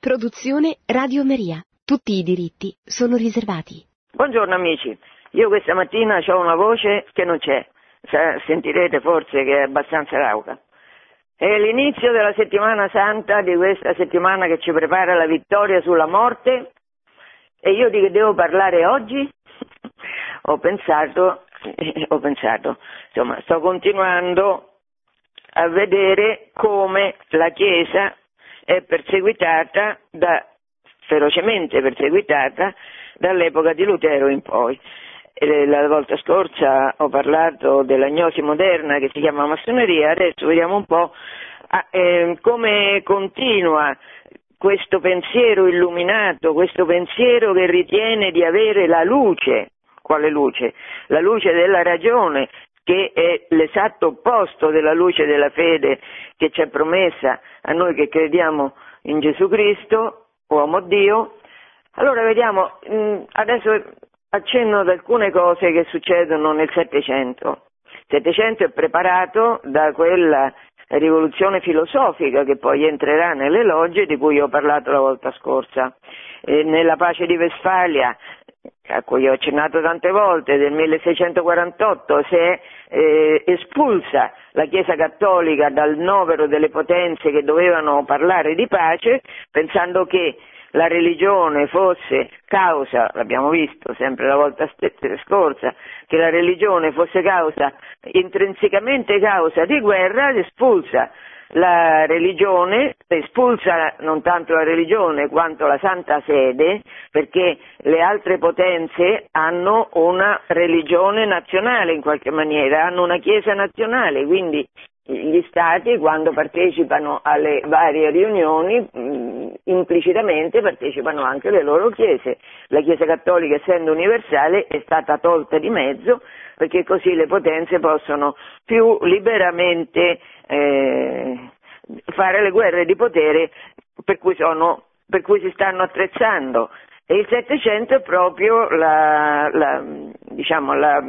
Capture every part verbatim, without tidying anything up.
Produzione Radio Maria. Tutti i diritti sono riservati. Buongiorno amici, io questa mattina ho una voce che non c'è, sentirete forse che è abbastanza rauca. È l'inizio della settimana santa, di questa settimana che ci prepara la vittoria sulla morte, e io di che devo parlare oggi? ho pensato, eh, ho pensato, insomma, sto continuando a vedere come la Chiesa è perseguitata, da, ferocemente perseguitata, dall'epoca di Lutero in poi. E la volta scorsa ho parlato dell'agnosi moderna che si chiama massoneria, adesso vediamo un po' eh, come continua questo pensiero illuminato, questo pensiero che ritiene di avere la luce. Quale luce? La luce della ragione, che è l'esatto opposto della luce della fede che ci è promessa a noi che crediamo in Gesù Cristo, uomo Dio. Allora vediamo, adesso accenno ad alcune cose che succedono nel Settecento. Il Settecento è preparato da quella rivoluzione filosofica che poi entrerà nelle logge, di cui ho parlato la volta scorsa. E nella pace di Westfalia, a cui ho accennato tante volte, del milleseicentoquarantotto, si è eh, espulsa la Chiesa Cattolica dal novero delle potenze che dovevano parlare di pace, pensando che la religione fosse causa, l'abbiamo visto sempre la volta scorsa, che la religione fosse causa, intrinsecamente causa di guerra, espulsa la religione, espulsa non tanto la religione quanto la Santa Sede, perché le altre potenze hanno una religione nazionale in qualche maniera, hanno una Chiesa nazionale, quindi gli stati quando partecipano alle varie riunioni mh, implicitamente partecipano anche alle loro chiese. La Chiesa Cattolica, essendo universale, è stata tolta di mezzo perché così le potenze possono più liberamente eh, fare le guerre di potere per cui, sono, per cui si stanno attrezzando. E il Settecento è proprio la, la, diciamo, la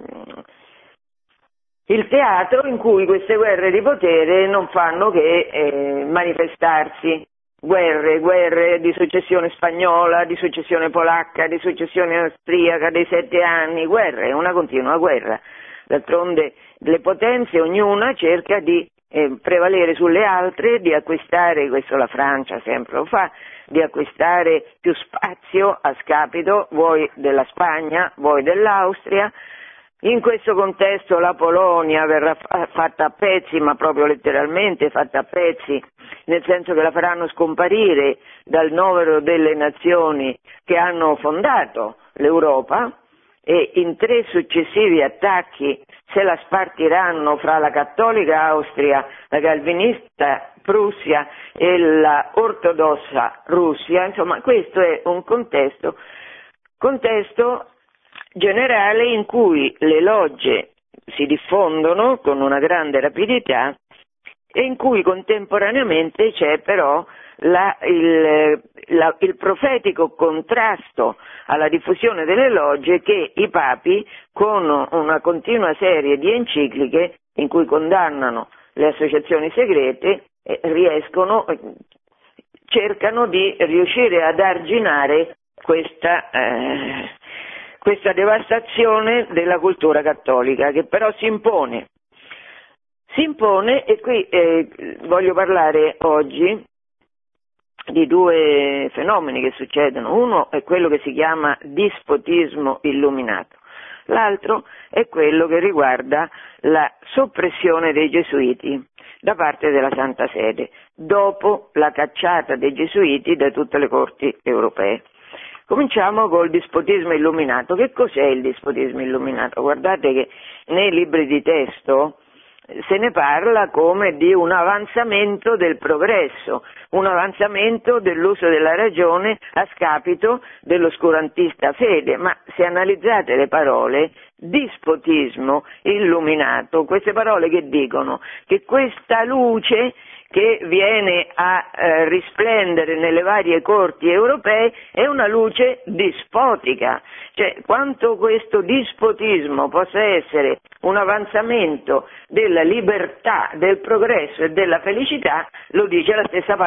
il teatro in cui queste guerre di potere non fanno che eh, manifestarsi. Guerre, guerre di successione spagnola, di successione polacca, di successione austriaca, dei sette anni, guerre, una continua guerra. D'altronde le potenze, ognuna cerca di eh, prevalere sulle altre, di acquistare, questo la Francia sempre lo fa, di acquistare più spazio a scapito, vuoi della Spagna, vuoi dell'Austria. In questo contesto la Polonia verrà fatta a pezzi, ma proprio letteralmente fatta a pezzi, nel senso che la faranno scomparire dal novero delle nazioni che hanno fondato l'Europa, e in tre successivi attacchi se la spartiranno fra la cattolica Austria, la calvinista Prussia e la ortodossa Russia. Insomma, questo è un contesto, contesto generale in cui le logge si diffondono con una grande rapidità e in cui contemporaneamente c'è però la, il, la, il profetico contrasto alla diffusione delle logge che i papi, con una continua serie di encicliche in cui condannano le associazioni segrete, eh, riescono, cercano di riuscire ad arginare questa eh, questa devastazione della cultura cattolica, che però si impone. Si impone, e qui eh, voglio parlare oggi di due fenomeni che succedono. Uno è quello che si chiama dispotismo illuminato, l'altro è quello che riguarda la soppressione dei gesuiti da parte della Santa Sede, dopo la cacciata dei gesuiti da tutte le corti europee. Cominciamo col dispotismo illuminato. Che cos'è il dispotismo illuminato? Guardate che nei libri di testo se ne parla come di un avanzamento del progresso, un avanzamento dell'uso della ragione a scapito dell'oscurantista fede, ma se analizzate le parole, dispotismo illuminato, queste parole che dicono che questa luce che viene a eh, risplendere nelle varie corti europee è una luce dispotica, cioè quanto questo dispotismo possa essere un avanzamento della libertà, del progresso e della felicità, lo dice la stessa parola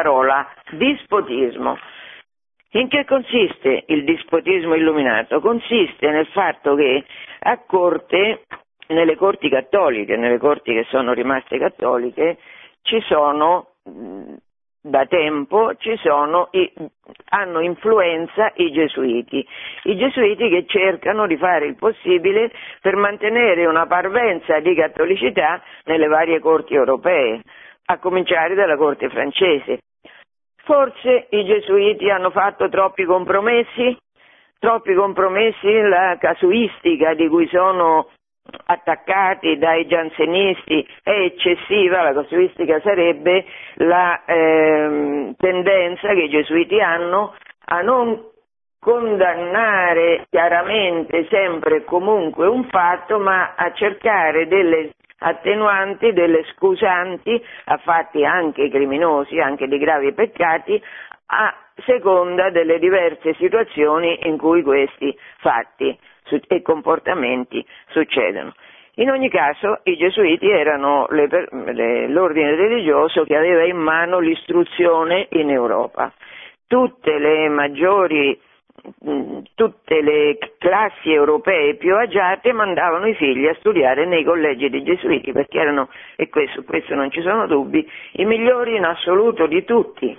parola dispotismo. In che consiste il dispotismo illuminato? Consiste nel fatto che a corte, nelle corti cattoliche, nelle corti che sono rimaste cattoliche, ci sono da tempo, ci sono, hanno influenza i gesuiti, i gesuiti che cercano di fare il possibile per mantenere una parvenza di cattolicità nelle varie corti europee, a cominciare dalla corte francese. Forse i gesuiti hanno fatto troppi compromessi, troppi compromessi, la casuistica di cui sono attaccati dai giansenisti è eccessiva, la casuistica sarebbe la eh, tendenza che i gesuiti hanno a non condannare chiaramente sempre e comunque un fatto, ma a cercare delle attenuanti, delle scusanti a fatti anche criminosi, anche di gravi peccati, a seconda delle diverse situazioni in cui questi fatti e comportamenti succedono. In ogni caso i gesuiti erano le, le, l'ordine religioso che aveva in mano l'istruzione in Europa. Tutte le maggiori tutte le classi europee più agiate mandavano i figli a studiare nei collegi dei gesuiti, perché erano, e questo, questo non ci sono dubbi, i migliori in assoluto di tutti.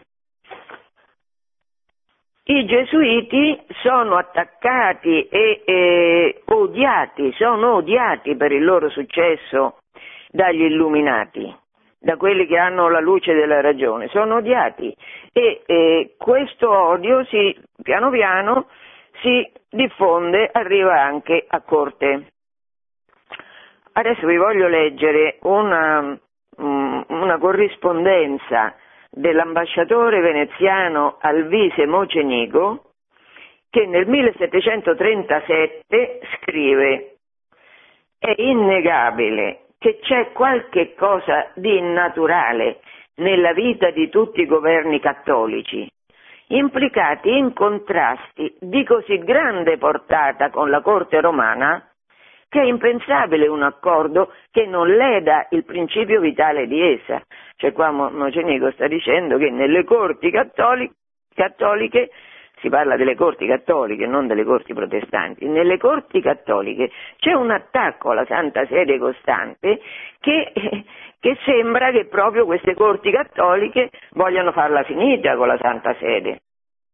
I gesuiti sono attaccati e eh, odiati, sono odiati per il loro successo dagli illuminati, da quelli che hanno la luce della ragione, sono odiati e eh, questo odio si, piano piano si diffonde, arriva anche a corte. Adesso vi voglio leggere una, una corrispondenza dell'ambasciatore veneziano Alvise Mocenigo, che nel millesettecentotrentasette scrive: è innegabile che c'è qualche cosa di innaturale nella vita di tutti i governi cattolici, implicati in contrasti di così grande portata con la corte romana, che è impensabile un accordo che non leda il principio vitale di essa. Cioè qua Mocenigo sta dicendo che nelle corti cattoliche, cattoliche, si parla delle corti cattoliche, non delle corti protestanti, nelle corti cattoliche c'è un attacco alla Santa Sede costante che, che sembra che proprio queste corti cattoliche vogliano farla finita con la Santa Sede.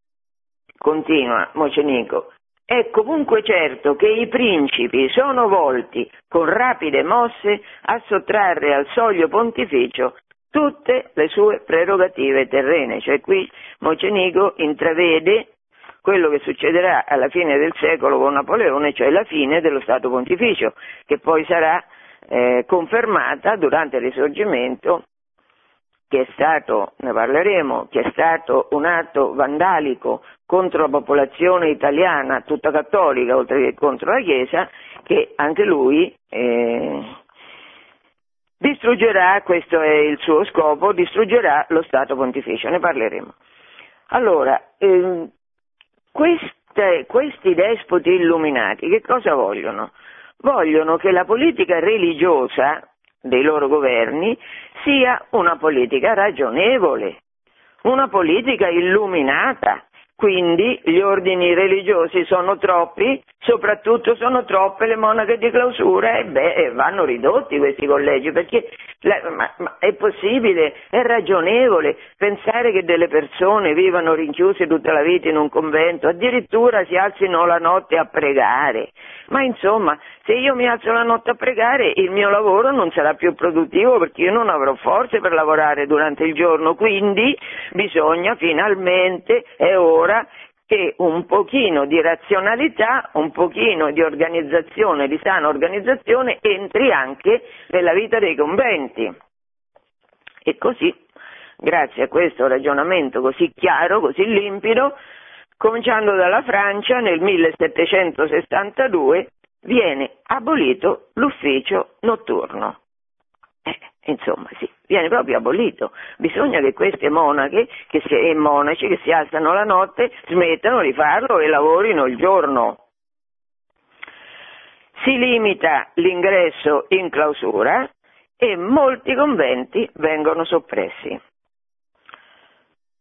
Continua Mocenigo. È comunque certo che i principi sono volti con rapide mosse a sottrarre al soglio pontificio tutte le sue prerogative terrene. Cioè qui Mocenigo intravede quello che succederà alla fine del secolo con Napoleone, cioè la fine dello Stato Pontificio, che poi sarà eh, confermata durante il Risorgimento, che è stato, ne parleremo, che è stato un atto vandalico contro la popolazione italiana, tutta cattolica, oltre che contro la Chiesa, che anche lui eh, distruggerà, questo è il suo scopo, distruggerà lo Stato Pontificio, ne parleremo. Allora, eh, queste, questi despoti illuminati che cosa vogliono? Vogliono che la politica religiosa dei loro governi sia una politica ragionevole, una politica illuminata. Quindi gli ordini religiosi sono troppi, soprattutto sono troppe le monache di clausura, e beh, vanno ridotti questi collegi, perché la, ma, ma è possibile, è ragionevole pensare che delle persone vivano rinchiuse tutta la vita in un convento, addirittura si alzino la notte a pregare. Ma insomma, se io mi alzo la notte a pregare, il mio lavoro non sarà più produttivo, perché io non avrò forze per lavorare durante il giorno, quindi bisogna finalmente, è ora, che un pochino di razionalità, un pochino di organizzazione, di sana organizzazione, entri anche nella vita dei conventi. E così, grazie a questo ragionamento così chiaro, così limpido, cominciando dalla Francia, nel millesettecentosessantadue viene abolito l'ufficio notturno. Eh, insomma, sì, viene proprio abolito. Bisogna che queste monache che si, e monaci che si alzano la notte smettano di farlo e lavorino il giorno. Si limita l'ingresso in clausura, e molti conventi vengono soppressi.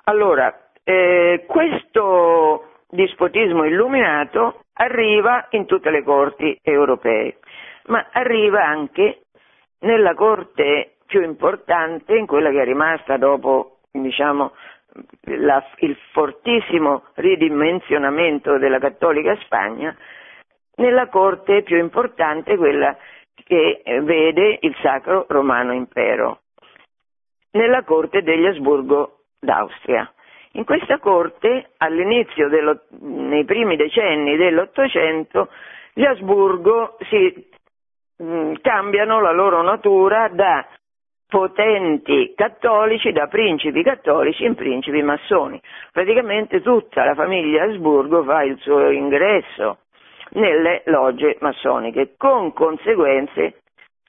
allora, eh, questo dispotismo illuminato arriva in tutte le corti europee, ma arriva anche nella corte più importante, in quella che è rimasta dopo, diciamo, la, il fortissimo ridimensionamento della Cattolica Spagna, nella corte più importante, quella che vede il Sacro Romano Impero, nella corte degli Asburgo d'Austria. In questa corte, all'inizio, dello, nei primi decenni dell'Ottocento, gli Asburgo si mh, cambiano la loro natura da potenti cattolici, da principi cattolici in principi massoni. Praticamente tutta la famiglia Asburgo fa il suo ingresso nelle logge massoniche, con conseguenze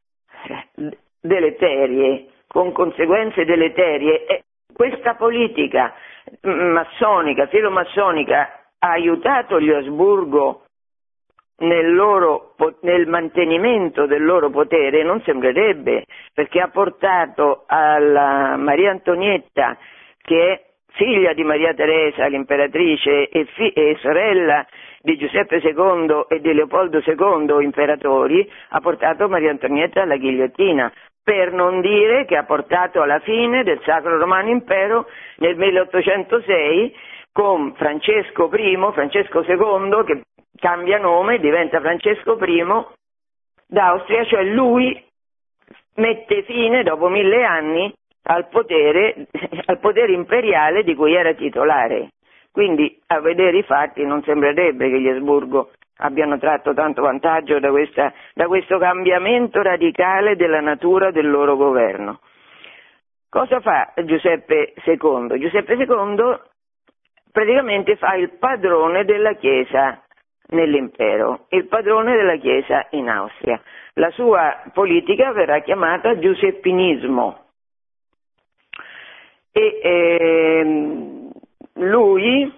deleterie, con conseguenze deleterie. E questa politica massonica, filomassonica, ha aiutato gli Asburgo nel, loro, nel mantenimento del loro potere? Non sembrerebbe, perché ha portato alla Maria Antonietta, che è figlia di Maria Teresa, l'imperatrice, e, fi- e sorella di Giuseppe secondo e di Leopoldo secondo, imperatori, ha portato Maria Antonietta alla ghigliottina, per non dire che ha portato alla fine del Sacro Romano Impero nel milleottocentosei con Francesco primo, Francesco secondo, che cambia nome, diventa Francesco primo d'Austria, cioè lui mette fine dopo mille anni al potere, al potere imperiale di cui era titolare. Quindi, a vedere i fatti, non sembrerebbe che gli Asburgo abbiano tratto tanto vantaggio da, questa, da questo cambiamento radicale della natura del loro governo. Cosa fa Giuseppe secondo? Giuseppe secondo praticamente fa il padrone della Chiesa nell'impero, il padrone della Chiesa in Austria. La sua politica verrà chiamata giuseppinismo. E ehm, lui,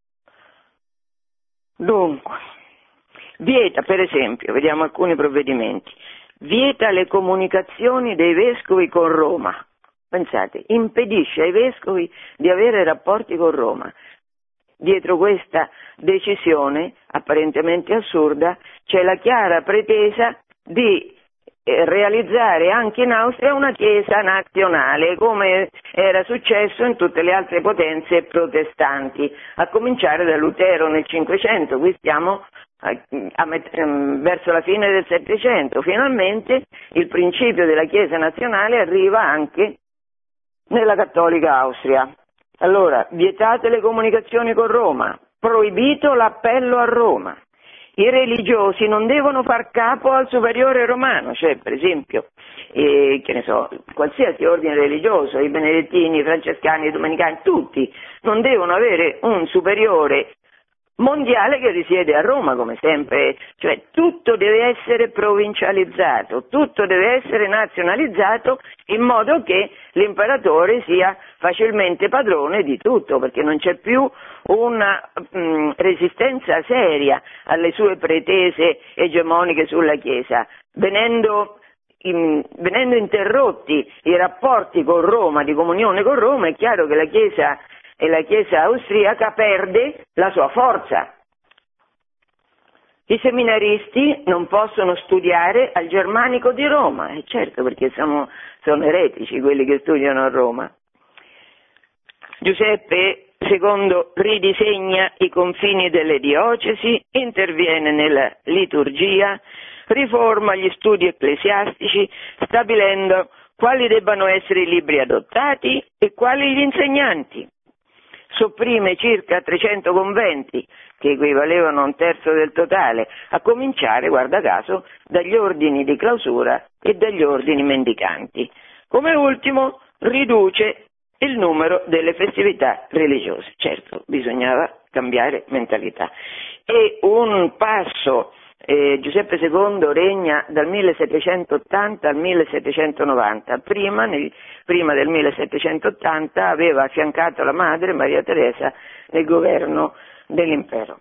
dunque, vieta, per esempio, vediamo alcuni provvedimenti, vieta le comunicazioni dei vescovi con Roma. Pensate, impedisce ai vescovi di avere rapporti con Roma. Dietro questa decisione, apparentemente assurda, c'è la chiara pretesa di realizzare anche in Austria una chiesa nazionale, come era successo in tutte le altre potenze protestanti, a cominciare da Lutero nel Cinquecento. Qui stiamo a, a met- verso la fine del Settecento. Finalmente il principio della chiesa nazionale arriva anche nella Cattolica Austria. Allora, vietate le comunicazioni con Roma, proibito l'appello a Roma. I religiosi non devono far capo al superiore romano, cioè per esempio, eh, che ne so, qualsiasi ordine religioso, i benedettini, i francescani, i domenicani, tutti non devono avere un superiore mondiale che risiede a Roma, come sempre, cioè tutto deve essere provincializzato, tutto deve essere nazionalizzato in modo che l'imperatore sia facilmente padrone di tutto, perché non c'è più una mh, resistenza seria alle sue pretese egemoniche sulla Chiesa. Venendo, in, venendo interrotti i rapporti con Roma, di comunione con Roma, è chiaro che la Chiesa e la Chiesa austriaca perde la sua forza. I seminaristi non possono studiare al Germanico di Roma, e certo, perché sono, sono eretici quelli che studiano a Roma. Giuseppe secondo ridisegna i confini delle diocesi, interviene nella liturgia, riforma gli studi ecclesiastici, stabilendo quali debbano essere i libri adottati e quali gli insegnanti. Sopprime circa trecento conventi, che equivalevano a un terzo del totale, a cominciare, guarda caso, dagli ordini di clausura e dagli ordini mendicanti. Come ultimo, riduce il numero delle festività religiose. Certo, bisognava cambiare mentalità. E un passo, eh, Giuseppe secondo regna dal millesettecentottanta al millesettecentonovanta, prima, nel, prima del millesettecentottanta aveva affiancato la madre Maria Teresa nel governo dell'impero.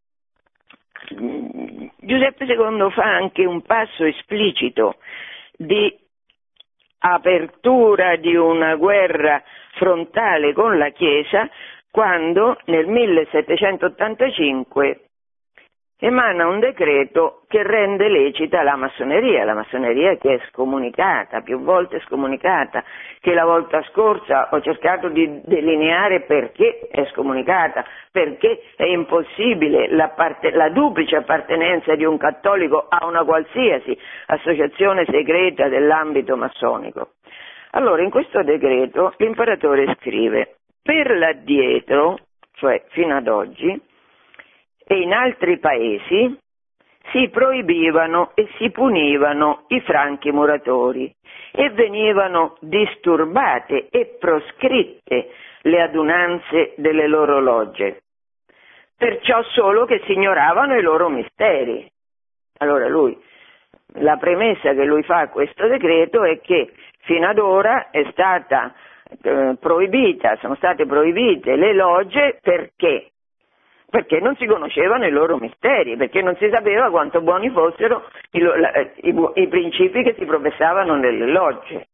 Giuseppe secondo fa anche un passo esplicito di apertura di una guerra frontale con la Chiesa quando nel millesettecentottantacinque emana un decreto che rende lecita la massoneria, la massoneria che è scomunicata, più volte scomunicata, che la volta scorsa ho cercato di delineare perché è scomunicata, perché è impossibile la, parte, la duplice appartenenza di un cattolico a una qualsiasi associazione segreta dell'ambito massonico. Allora, in questo decreto l'imperatore scrive: per l'addietro, cioè fino ad oggi, e in altri paesi si proibivano e si punivano i franchi muratori e venivano disturbate e proscritte le adunanze delle loro logge, perciò solo che si ignoravano i loro misteri. Allora lui, la premessa che lui fa a questo decreto è che fino ad ora è stata eh, proibita, sono state proibite le logge perché? Perché non si conoscevano i loro misteri, perché non si sapeva quanto buoni fossero i, la, i, i principi che si professavano nelle logge.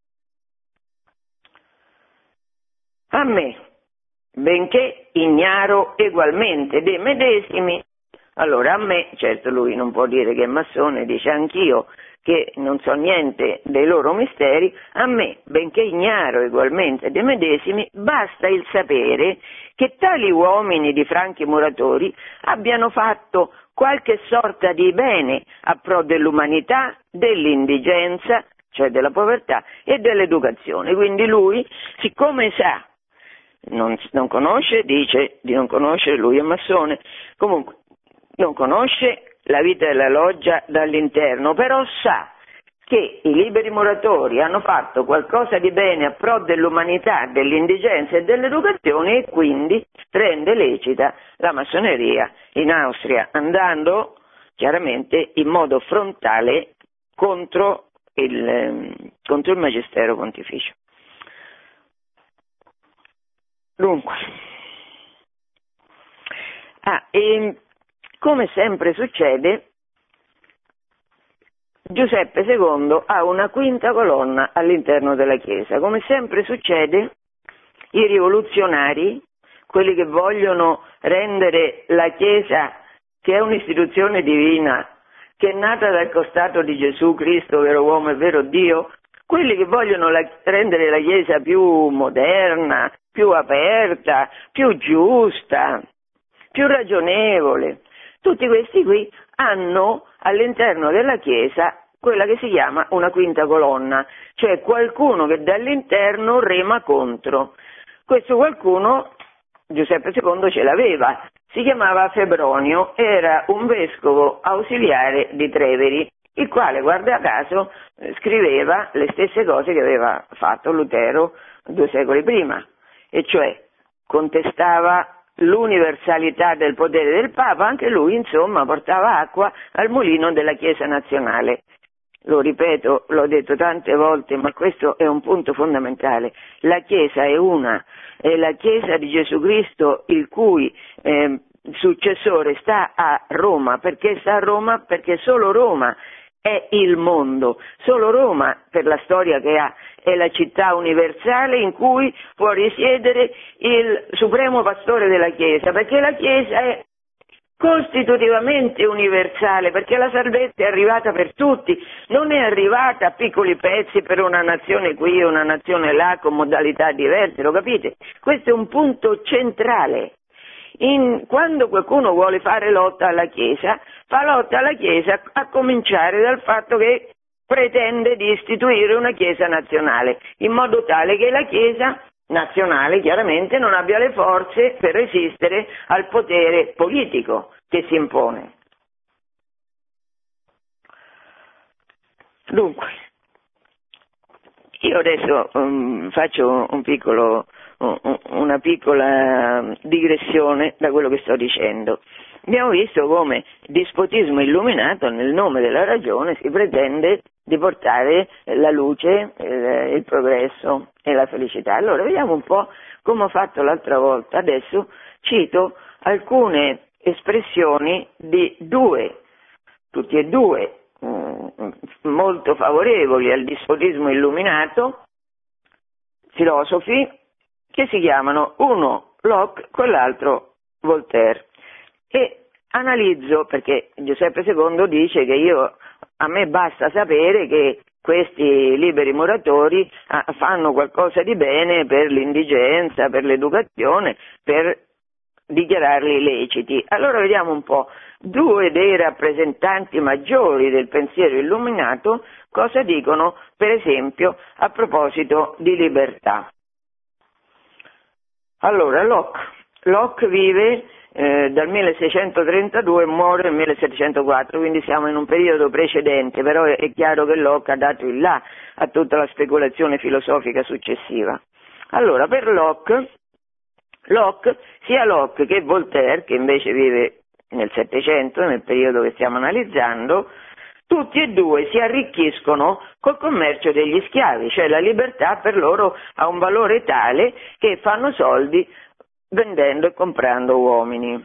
A me, benché ignaro egualmente dei medesimi, allora a me, certo lui non può dire che è massone, dice anch'io che non so niente dei loro misteri, a me, benché ignaro egualmente dei medesimi, basta il sapere che tali uomini di franchi muratori abbiano fatto qualche sorta di bene a pro dell'umanità, dell'indigenza, cioè della povertà, e dell'educazione. Quindi lui, siccome sa, non, non conosce, dice di non conoscere, lui è massone, comunque non conosce la vita della loggia dall'interno, però sa che i liberi muratori hanno fatto qualcosa di bene a pro dell'umanità, dell'indigenza e dell'educazione, e quindi rende lecita la massoneria in Austria, andando chiaramente in modo frontale contro il, contro il magistero pontificio. Dunque, ah, e come sempre succede, Giuseppe secondo ha una quinta colonna all'interno della Chiesa. Come sempre succede, i rivoluzionari, quelli che vogliono rendere la Chiesa, che è un'istituzione divina, che è nata dal costato di Gesù Cristo, vero uomo e vero Dio, quelli che vogliono la, rendere la Chiesa più moderna, più aperta, più giusta, più ragionevole, tutti questi qui hanno all'interno della Chiesa quella che si chiama una quinta colonna, cioè qualcuno che dall'interno rema contro. Questo qualcuno Giuseppe secondo ce l'aveva, si chiamava Febronio, era un vescovo ausiliare di Treveri, il quale, guarda caso, scriveva le stesse cose che aveva fatto Lutero due secoli prima, e cioè contestava l'universalità del potere del Papa. Anche lui, insomma, portava acqua al mulino della Chiesa nazionale. Lo ripeto, l'ho detto tante volte, ma questo è un punto fondamentale. La Chiesa è una, è la Chiesa di Gesù Cristo, il cui eh, successore sta a Roma. Perché sta a Roma? Perché solo Roma è il mondo, solo Roma, per la storia che ha, è la città universale in cui può risiedere il supremo pastore della Chiesa, perché la Chiesa è costitutivamente universale, perché la salvezza è arrivata per tutti, non è arrivata a piccoli pezzi per una nazione qui e una nazione là con modalità diverse, lo capite? Questo è un punto centrale. In, quando qualcuno vuole fare lotta alla Chiesa, fa lotta alla Chiesa a cominciare dal fatto che pretende di istituire una Chiesa nazionale, in modo tale che la Chiesa nazionale chiaramente non abbia le forze per resistere al potere politico che si impone. Dunque, io adesso um, faccio un piccolo, un, una piccola digressione da quello che sto dicendo. Abbiamo visto come dispotismo illuminato, nel nome della ragione, si pretende di portare la luce, il, il progresso e la felicità. Allora vediamo un po' come ho fatto l'altra volta. Adesso cito alcune espressioni di due, tutti e due, molto favorevoli al dispotismo illuminato, filosofi, che si chiamano uno Locke, quell'altro Voltaire. E analizzo, perché Giuseppe secondo dice che io, a me basta sapere che questi liberi muratori ah, fanno qualcosa di bene per l'indigenza, per l'educazione, per dichiararli leciti. Allora vediamo un po', due dei rappresentanti maggiori del pensiero illuminato cosa dicono, per esempio, a proposito di libertà. Allora, Locke, Locke vive eh, dal milleseicentotrentadue e muore nel millesettecentoquattro, quindi siamo in un periodo precedente, però è, è chiaro che Locke ha dato il là a tutta la speculazione filosofica successiva. Allora, per Locke, Locke, sia Locke che Voltaire, che invece vive nel Settecento, nel periodo che stiamo analizzando, tutti e due si arricchiscono col commercio degli schiavi, cioè la libertà per loro ha un valore tale che fanno soldi vendendo e comprando uomini.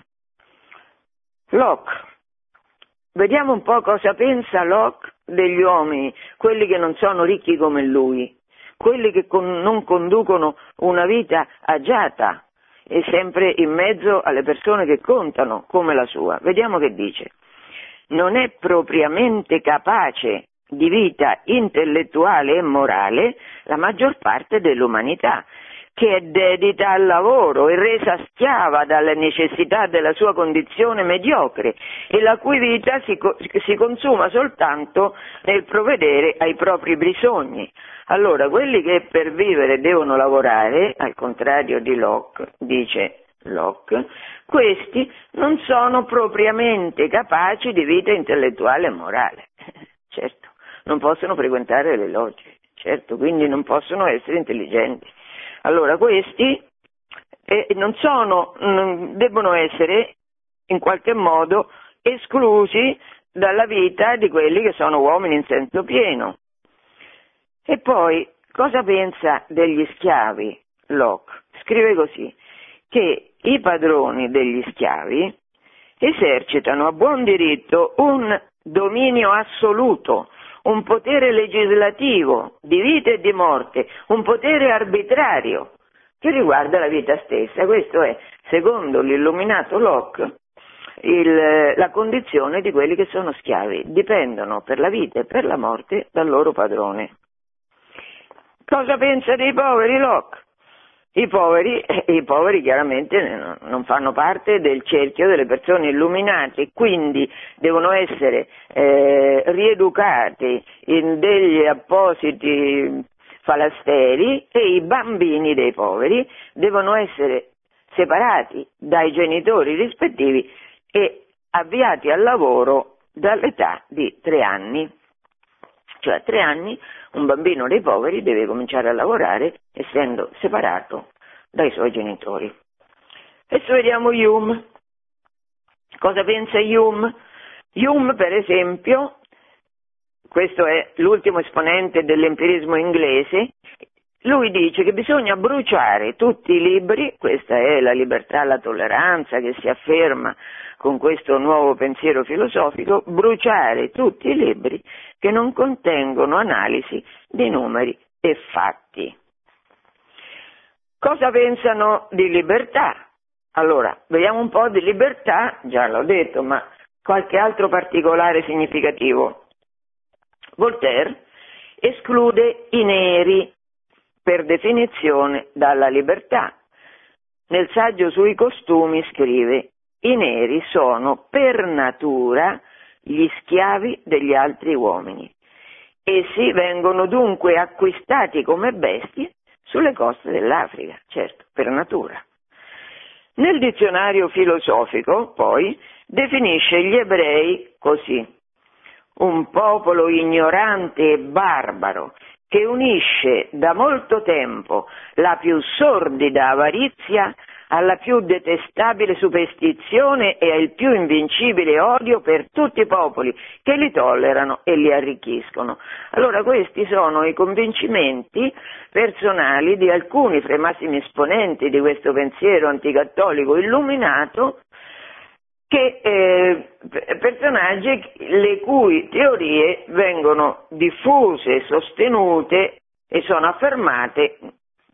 Locke, vediamo un po' cosa pensa Locke degli uomini, quelli che non sono ricchi come lui, quelli che con, non conducono una vita agiata e sempre in mezzo alle persone che contano come la sua. Vediamo che dice. Non è propriamente capace di vita intellettuale e morale la maggior parte dell'umanità, che è dedita al lavoro e resa schiava dalle necessità della sua condizione mediocre e la cui vita si, si consuma soltanto nel provvedere ai propri bisogni. Allora, quelli che per vivere devono lavorare, al contrario di Locke, dice Locke, questi non sono propriamente capaci di vita intellettuale e morale. Certo, non possono frequentare le logge, certo, quindi non possono essere intelligenti. Allora questi eh, non sono, non, debbono essere in qualche modo esclusi dalla vita di quelli che sono uomini in senso pieno. E poi, cosa pensa degli schiavi Locke? Scrive così, che i padroni degli schiavi esercitano a buon diritto un dominio assoluto, un potere legislativo di vita e di morte, un potere arbitrario che riguarda la vita stessa. Questo è, secondo l'illuminato Locke, il, la condizione di quelli che sono schiavi. Dipendono per la vita e per la morte dal loro padrone. Cosa pensa dei poveri Locke? I poveri, i poveri chiaramente non fanno parte del cerchio delle persone illuminate, quindi devono essere eh, rieducati in degli appositi falasteri e i bambini dei poveri devono essere separati dai genitori rispettivi e avviati al lavoro dall'età di tre anni. Cioè a tre anni un bambino dei poveri deve cominciare a lavorare essendo separato dai suoi genitori. Adesso vediamo Hume. Cosa pensa Hume? Hume, per esempio, questo è l'ultimo esponente dell'empirismo inglese, lui dice che bisogna bruciare tutti i libri, questa è la libertà, la tolleranza che si afferma con questo nuovo pensiero filosofico, bruciare tutti i libri che non contengono analisi di numeri e fatti. Cosa pensano di libertà? Allora, vediamo un po' di libertà, già l'ho detto, ma qualche altro particolare significativo. Voltaire esclude i neri per definizione dalla libertà. Nel saggio sui costumi scrive: i neri sono per natura gli schiavi degli altri uomini. Essi vengono dunque acquistati come bestie sulle coste dell'Africa, certo, per natura. Nel dizionario filosofico, poi, definisce gli ebrei così: un popolo ignorante e barbaro che unisce da molto tempo la più sordida avarizia alla più detestabile superstizione e al più invincibile odio per tutti i popoli che li tollerano e li arricchiscono. Allora questi sono i convincimenti personali di alcuni fra i massimi esponenti di questo pensiero anticattolico illuminato, che eh, personaggi le cui teorie vengono diffuse, sostenute e sono affermate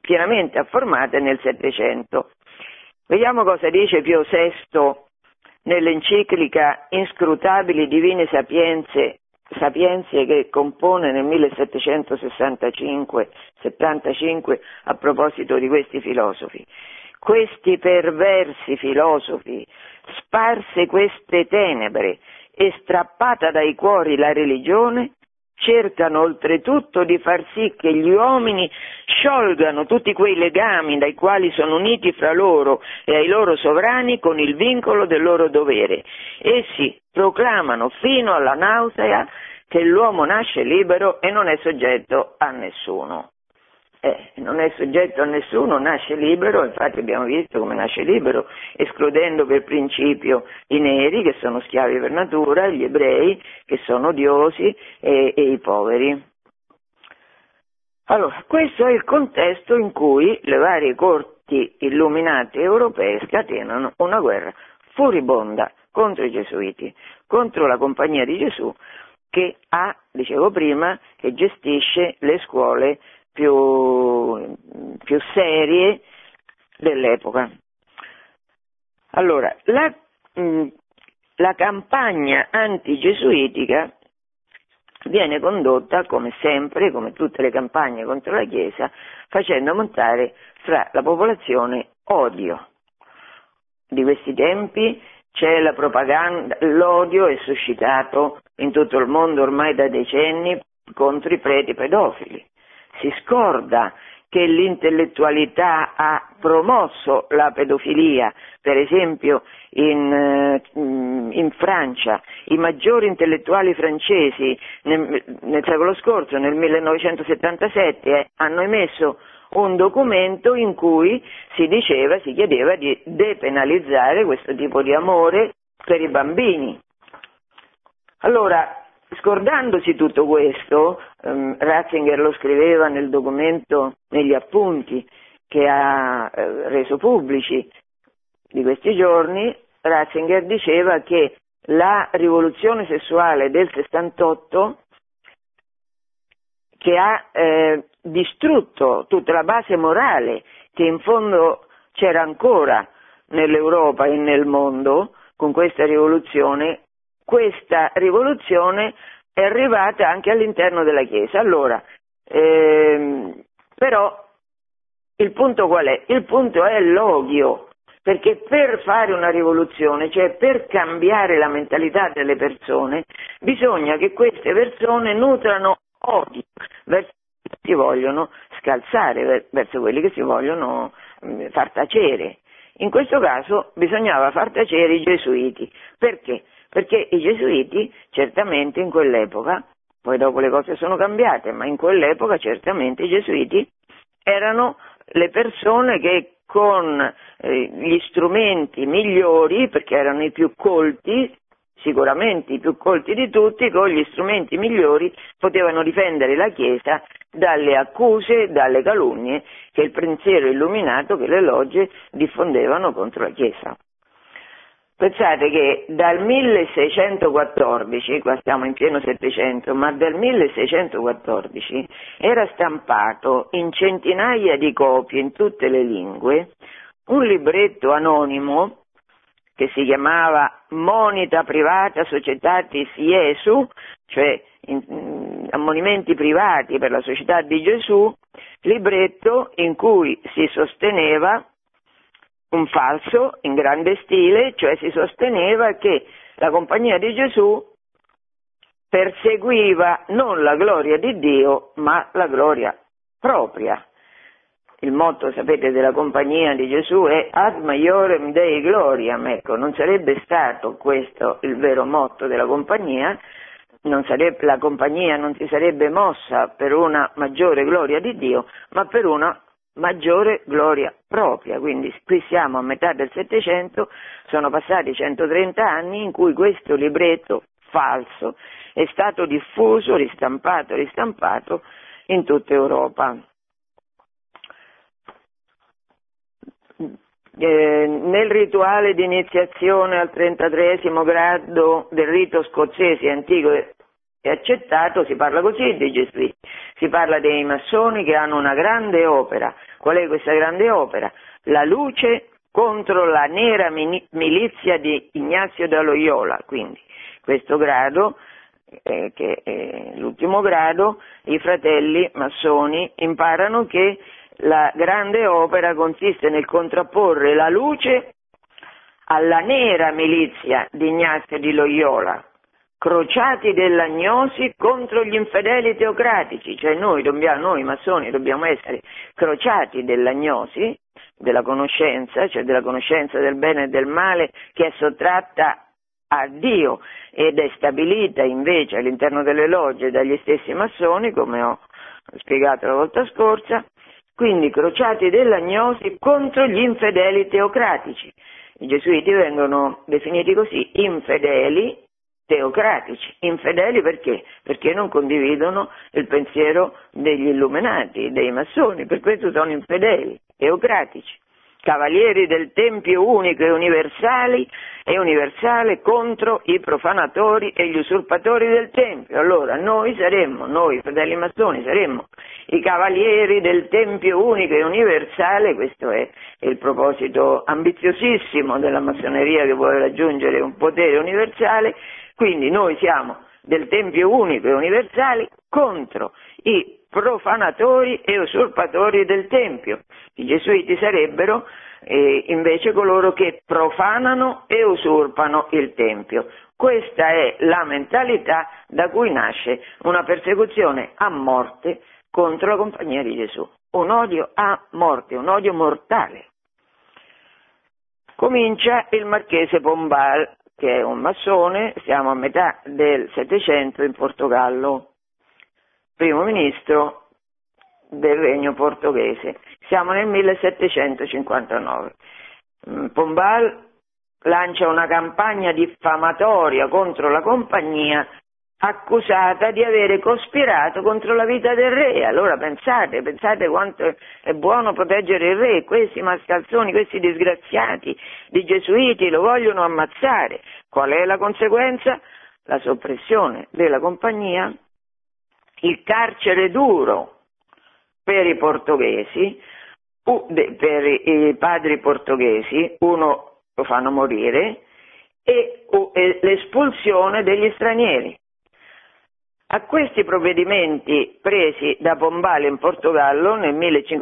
pienamente affermate nel Settecento. Vediamo cosa dice Pio sesto nell'enciclica Inscrutabili Divine Sapienze, Sapienze che compone nel millesettecentosessantacinque settantacinque a proposito di questi filosofi. Questi perversi filosofi, sparse queste tenebre e strappata dai cuori la religione, cercano oltretutto di far sì che gli uomini sciolgano tutti quei legami dai quali sono uniti fra loro e ai loro sovrani con il vincolo del loro dovere. Essi proclamano fino alla nausea che l'uomo nasce libero e non è soggetto a nessuno. Eh, non è soggetto a nessuno, nasce libero, infatti abbiamo visto come nasce libero, escludendo per principio i neri che sono schiavi per natura, gli ebrei che sono odiosi e, e i poveri. Allora, questo è il contesto in cui le varie corti illuminate europee scatenano una guerra furibonda contro i gesuiti, contro la Compagnia di Gesù che ha, dicevo prima, che gestisce le scuole Più, più serie dell'epoca. Allora, la, mh, la campagna antigesuitica viene condotta, come sempre, come tutte le campagne contro la Chiesa, facendo montare fra la popolazione odio. Di questi tempi c'è la propaganda, l'odio è suscitato in tutto il mondo ormai da decenni contro i preti pedofili. Si scorda che l'intellettualità ha promosso la pedofilia, per esempio in, in Francia i maggiori intellettuali francesi nel, nel secolo scorso, nel millenovecentosettantasette, eh, hanno emesso un documento in cui si diceva, si chiedeva di depenalizzare questo tipo di amore per i bambini. Allora, scordandosi tutto questo, um, Ratzinger lo scriveva nel documento, negli appunti che ha eh, reso pubblici di questi giorni, Ratzinger diceva che la rivoluzione sessuale del sessantotto, che ha eh, distrutto tutta la base morale che in fondo c'era ancora nell'Europa e nel mondo, con questa rivoluzione, questa rivoluzione è arrivata anche all'interno della Chiesa. Allora, ehm, però il punto qual è? Il punto è l'odio, perché per fare una rivoluzione, cioè per cambiare la mentalità delle persone, bisogna che queste persone nutrano odio verso quelli che si vogliono scalzare, verso quelli che si vogliono mh, far tacere. In questo caso bisognava far tacere i gesuiti. Perché? Perché i gesuiti certamente in quell'epoca, poi dopo le cose sono cambiate, ma in quell'epoca certamente i gesuiti erano le persone che con eh, gli strumenti migliori, perché erano i più colti, sicuramente i più colti di tutti, con gli strumenti migliori potevano difendere la Chiesa dalle accuse, dalle calunnie che il pensiero illuminato, che le logge diffondevano contro la Chiesa. Pensate che dal milleseicentoquattordici, qua stiamo in pieno Settecento, ma dal milleseicentoquattordici era stampato in centinaia di copie in tutte le lingue un libretto anonimo che si chiamava Monita Privata Societatis Iesu, cioè in, in, ammonimenti privati per la Società di Gesù, libretto in cui si sosteneva un falso in grande stile, cioè si sosteneva che la Compagnia di Gesù perseguiva non la gloria di Dio, ma la gloria propria. Il motto, sapete, della Compagnia di Gesù è Ad Maiorem Dei Gloriam, ecco, non sarebbe stato questo il vero motto della Compagnia, non sarebbe, la Compagnia non si sarebbe mossa per una maggiore gloria di Dio, ma per una maggiore gloria propria. Quindi qui siamo a metà del Settecento, sono passati centotrenta anni in cui questo libretto falso è stato diffuso, ristampato, ristampato in tutta Europa. Eh, nel rituale di iniziazione al trentatreesimo grado del rito scozzese antico e accettato si parla così dei gesuiti, si parla dei massoni che hanno una grande opera, Qual è questa grande opera? La luce contro la nera milizia di Ignazio da Loyola, quindi questo grado, eh, che è l'ultimo grado, i fratelli massoni imparano che la grande opera consiste nel contrapporre la luce alla nera milizia di Ignazio di Loyola, crociati dell'agnosi contro gli infedeli teocratici, cioè noi, dobbiamo, noi massoni dobbiamo essere crociati dell'agnosi, della conoscenza, cioè della conoscenza del bene e del male che è sottratta a Dio ed è stabilita invece all'interno delle logge dagli stessi massoni, come ho spiegato la volta scorsa, quindi crociati dell'agnosi contro gli infedeli teocratici. I gesuiti vengono definiti così, infedeli teocratici. Infedeli perché? Perché non condividono il pensiero degli illuminati, dei massoni, per questo sono infedeli, teocratici. Cavalieri del Tempio unico e universali e universale contro i profanatori e gli usurpatori del Tempio. Allora noi saremmo, noi fratelli massoni saremmo i cavalieri del Tempio unico e universale, questo è il proposito ambiziosissimo della massoneria che vuole raggiungere un potere universale, quindi noi siamo del Tempio unico e universale contro i profanatori e usurpatori del Tempio. I gesuiti sarebbero eh, invece coloro che profanano e usurpano il Tempio. Questa è la mentalità da cui nasce una persecuzione a morte contro la Compagnia di Gesù, un odio a morte, un odio mortale. Comincia il marchese Pombal, che è un massone, siamo a metà del Settecento in Portogallo, primo ministro del regno portoghese. Siamo nel millesettecentocinquantanove. Pombal lancia una campagna diffamatoria contro la compagnia, accusata di avere cospirato contro la vita del re. Allora pensate, pensate quanto è buono proteggere il re, questi mascalzoni, questi disgraziati di gesuiti lo vogliono ammazzare. Qual è la conseguenza? La soppressione della compagnia, il carcere duro per i portoghesi, per i padri portoghesi, uno lo fanno morire, e l'espulsione degli stranieri. A questi provvedimenti presi da Pombal in Portogallo nel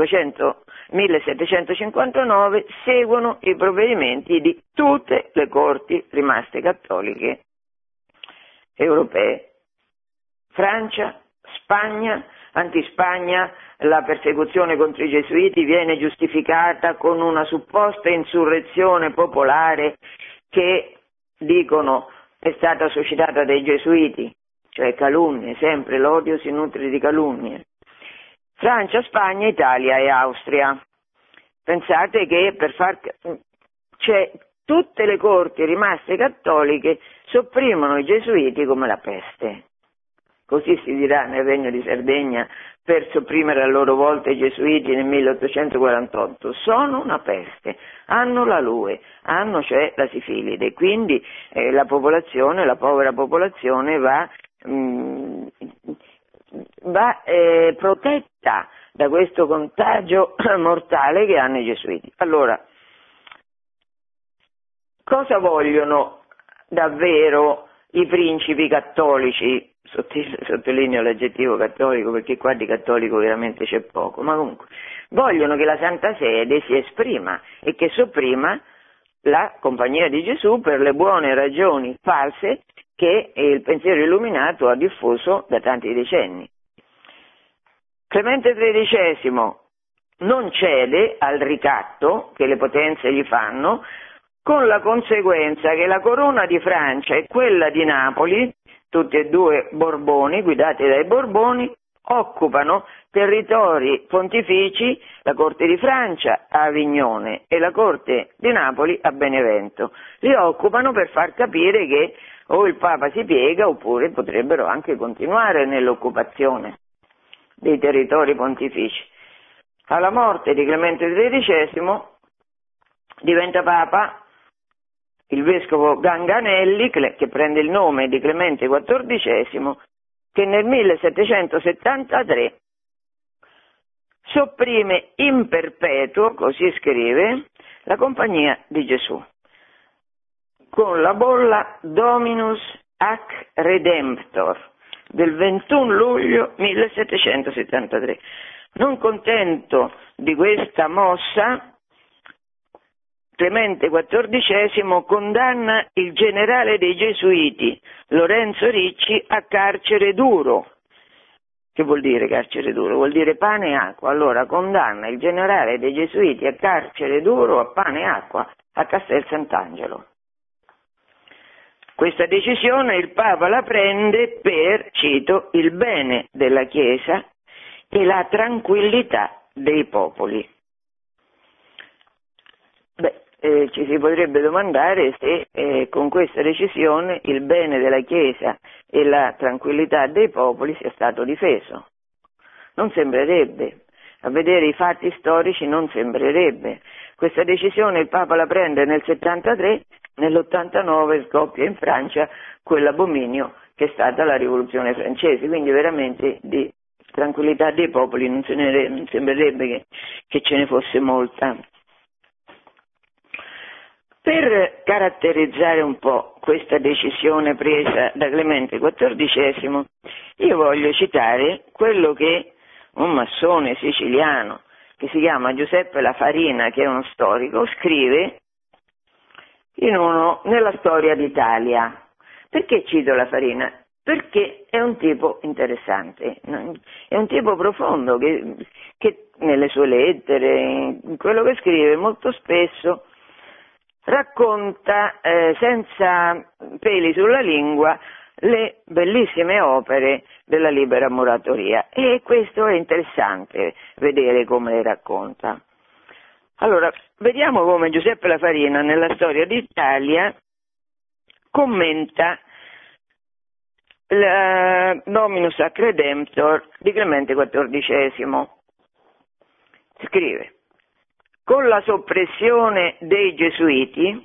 millesettecentocinquantanove seguono i provvedimenti di tutte le corti rimaste cattoliche europee. Francia, Spagna, anti-Spagna, la persecuzione contro i gesuiti viene giustificata con una supposta insurrezione popolare che, dicono, è stata suscitata dai gesuiti, cioè calunnie, sempre l'odio si nutre di calunnie. Francia, Spagna, Italia e Austria. Pensate che per far... cioè, tutte le corti rimaste cattoliche sopprimono i gesuiti come la peste. Così si dirà nel Regno di Sardegna per sopprimere a loro volta i gesuiti nel milleottocentoquarantotto. Sono una peste, hanno la lue, hanno cioè la sifilide, quindi eh, la popolazione, la povera popolazione va, mh, va eh, protetta da questo contagio mortale che hanno i gesuiti. Allora, cosa vogliono davvero i principi cattolici? Sottolineo l'aggettivo cattolico perché qua di cattolico veramente c'è poco, ma comunque vogliono che la Santa Sede si esprima e che sopprima la Compagnia di Gesù per le buone ragioni false che il pensiero illuminato ha diffuso da tanti decenni. Clemente tredicesimo non cede al ricatto che le potenze gli fanno, con la conseguenza che la corona di Francia e quella di Napoli, tutti e due Borboni, guidati dai Borboni, occupano territori pontifici, la Corte di Francia a Avignone e la Corte di Napoli a Benevento. Li occupano per far capire che o il Papa si piega oppure potrebbero anche continuare nell'occupazione dei territori pontifici. Alla morte di Clemente tredicesimo diventa Papa il vescovo Ganganelli, che prende il nome di Clemente quattordicesimo, che nel millesettecentosettantatré sopprime in perpetuo, così scrive, la Compagnia di Gesù, con la bolla Dominus Ac Redemptor del ventuno luglio millesettecentosettantatré. Non contento di questa mossa, Clemente quattordicesimo condanna il generale dei Gesuiti, Lorenzo Ricci, a carcere duro. Che vuol dire carcere duro? Vuol dire pane e acqua. Allora condanna il generale dei Gesuiti a carcere duro, a pane e acqua, a Castel Sant'Angelo. Questa decisione il Papa la prende per, cito, il bene della Chiesa e la tranquillità dei popoli. Beh, eh, ci si potrebbe domandare se eh, con questa decisione il bene della Chiesa e la tranquillità dei popoli sia stato difeso. Non sembrerebbe. A vedere i fatti storici non sembrerebbe. Questa decisione il Papa la prende nel settantatré, nell'ottantanove scoppia in Francia quell'abominio che è stata la rivoluzione francese, quindi veramente di tranquillità dei popoli non, se ne, non sembrerebbe che, che ce ne fosse molta. Per caratterizzare un po' questa decisione presa da Clemente quattordicesimo, io voglio citare quello che un massone siciliano che si chiama Giuseppe La Farina, che è uno storico, scrive in uno, nella storia d'Italia. Perché cito La Farina? Perché è un tipo interessante, è un tipo profondo che, che nelle sue lettere, in quello che scrive, molto spesso racconta eh, senza peli sulla lingua le bellissime opere della libera muratoria, e questo è interessante vedere come le racconta. Allora, vediamo come Giuseppe La Farina nella storia d'Italia commenta la Dominus Ac Redemptor di Clemente quattordicesimo. Scrive: con la soppressione dei Gesuiti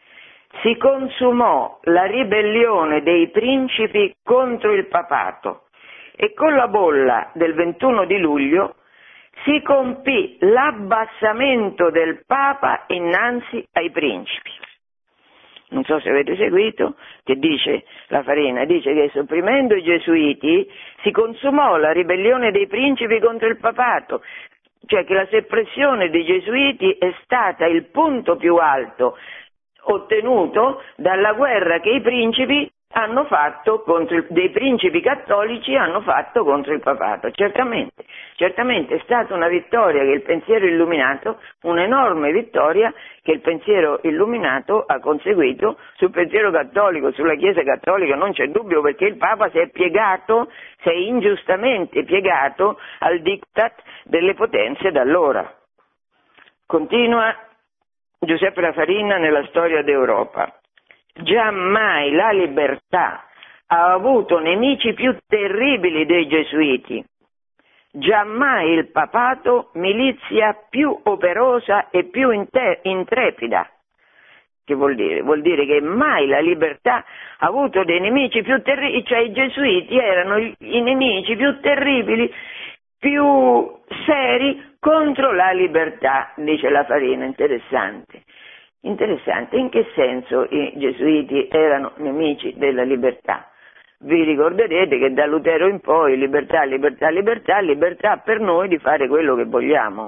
si consumò la ribellione dei principi contro il papato e con la bolla del ventuno di luglio si compì l'abbassamento del Papa innanzi ai principi. Non so se avete seguito, che dice La Farina, dice che sopprimendo i Gesuiti si consumò la ribellione dei principi contro il papato, cioè che la soppressione dei Gesuiti è stata il punto più alto ottenuto dalla guerra che i principi hanno fatto contro il, dei principi cattolici hanno fatto contro il papato. Certamente, certamente è stata una vittoria che il pensiero illuminato, un'enorme vittoria che il pensiero illuminato ha conseguito sul pensiero cattolico, sulla Chiesa cattolica, non c'è dubbio, perché il Papa si è piegato, si è ingiustamente piegato al diktat delle potenze d'allora. Continua Giuseppe La Farina nella storia d'Europa. Giammai la libertà ha avuto nemici più terribili dei Gesuiti, giammai il papato milizia più operosa e più intrepida. Che vuol dire? Vuol dire che mai la libertà ha avuto dei nemici più terribili, cioè i Gesuiti erano i nemici più terribili, più seri contro la libertà, dice La Farina. Interessante. Interessante, in che senso i Gesuiti erano nemici della libertà? Vi ricorderete che da Lutero in poi libertà, libertà, libertà, libertà per noi di fare quello che vogliamo,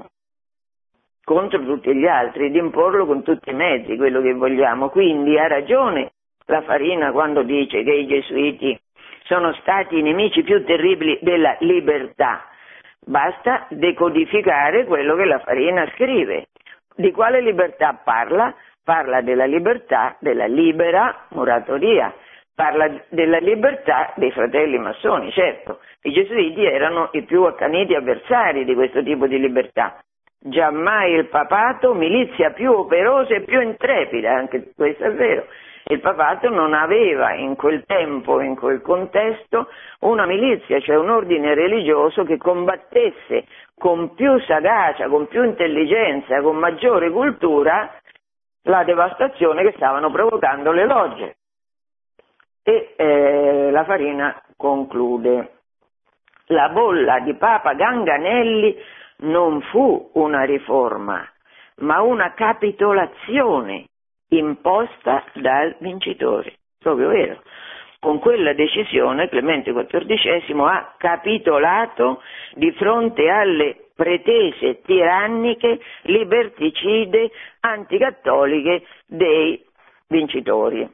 contro tutti gli altri, di imporlo con tutti i mezzi quello che vogliamo. Quindi ha ragione La Farina quando dice che i Gesuiti sono stati i nemici più terribili della libertà. Basta decodificare quello che La Farina scrive. Di quale libertà parla? Parla della libertà della libera muratoria, parla della libertà dei fratelli massoni. Certo, i Gesuiti erano i più accaniti avversari di questo tipo di libertà. Giammai il papato milizia più operosa e più intrepida, anche questo è vero. Il papato non aveva in quel tempo, in quel contesto, una milizia, cioè un ordine religioso che combattesse con più sagacia, con più intelligenza, con maggiore cultura la devastazione che stavano provocando le logge. E eh, La Farina conclude: la bolla di Papa Ganganelli non fu una riforma, ma una capitolazione imposta dal vincitore. Proprio vero. Con quella decisione Clemente quattordicesimo ha capitolato di fronte alle pretese tiranniche, liberticide, anticattoliche dei vincitori.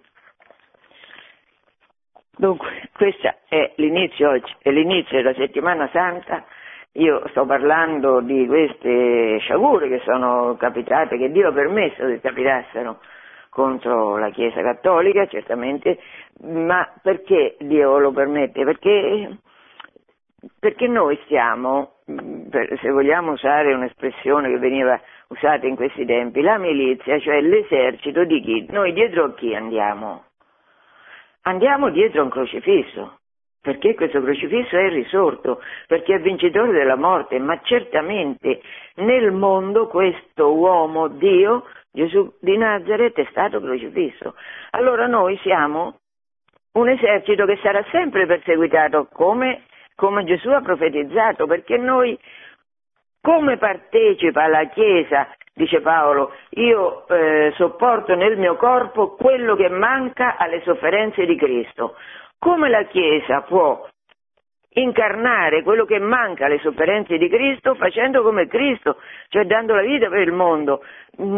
Dunque, questo è l'inizio oggi, è l'inizio della settimana santa. Io sto parlando di queste sciagure che sono capitate, che Dio ha permesso che capitassero contro la Chiesa cattolica, certamente, ma perché Dio lo permette? Perché, perché noi stiamo, se vogliamo usare un'espressione che veniva usata in questi tempi, la milizia, cioè l'esercito di chi? Noi dietro a chi andiamo? Andiamo dietro a un crocifisso, perché questo crocifisso è risorto, perché è vincitore della morte, ma certamente nel mondo questo uomo, Dio, Gesù di Nazaret, è stato crocifisso. Allora noi siamo un esercito che sarà sempre perseguitato, come, come Gesù ha profetizzato, perché noi, come partecipa la Chiesa, dice Paolo, io eh, sopporto nel mio corpo quello che manca alle sofferenze di Cristo. Come la Chiesa può incarnare quello che manca alle sofferenze di Cristo facendo come Cristo, cioè dando la vita per il mondo, mh,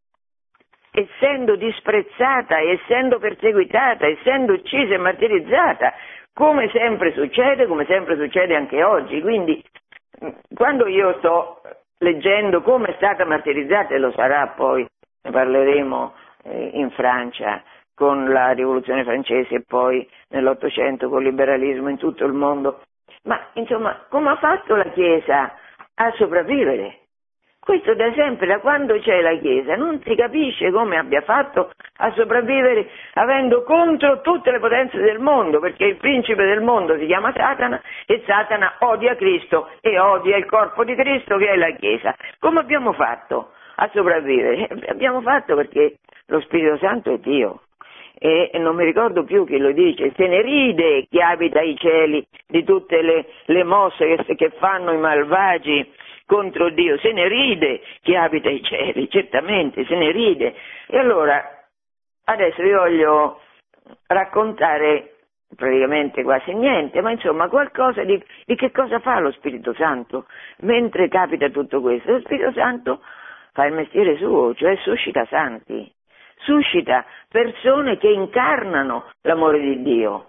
essendo disprezzata, essendo perseguitata, essendo uccisa e martirizzata, come sempre succede, come sempre succede anche oggi. Quindi mh, quando io sto leggendo come è stata martirizzata, e lo sarà poi, ne parleremo eh, in Francia con la rivoluzione francese e poi nell'Ottocento col liberalismo in tutto il mondo, ma insomma come ha fatto la Chiesa a sopravvivere? Questo da sempre, da quando c'è la Chiesa, non si capisce come abbia fatto a sopravvivere avendo contro tutte le potenze del mondo, perché il principe del mondo si chiama Satana e Satana odia Cristo e odia il corpo di Cristo che è la Chiesa. Come abbiamo fatto a sopravvivere? Abbiamo fatto perché lo Spirito Santo è Dio. E non mi ricordo più chi lo dice, se ne ride chi abita ai cieli di tutte le, le mosse che, che fanno i malvagi contro Dio, se ne ride chi abita ai cieli, certamente se ne ride. E allora adesso vi voglio raccontare praticamente quasi niente, ma insomma qualcosa di, di che cosa fa lo Spirito Santo mentre capita tutto questo. Lo Spirito Santo fa il mestiere suo, cioè suscita santi, suscita persone che incarnano l'amore di Dio.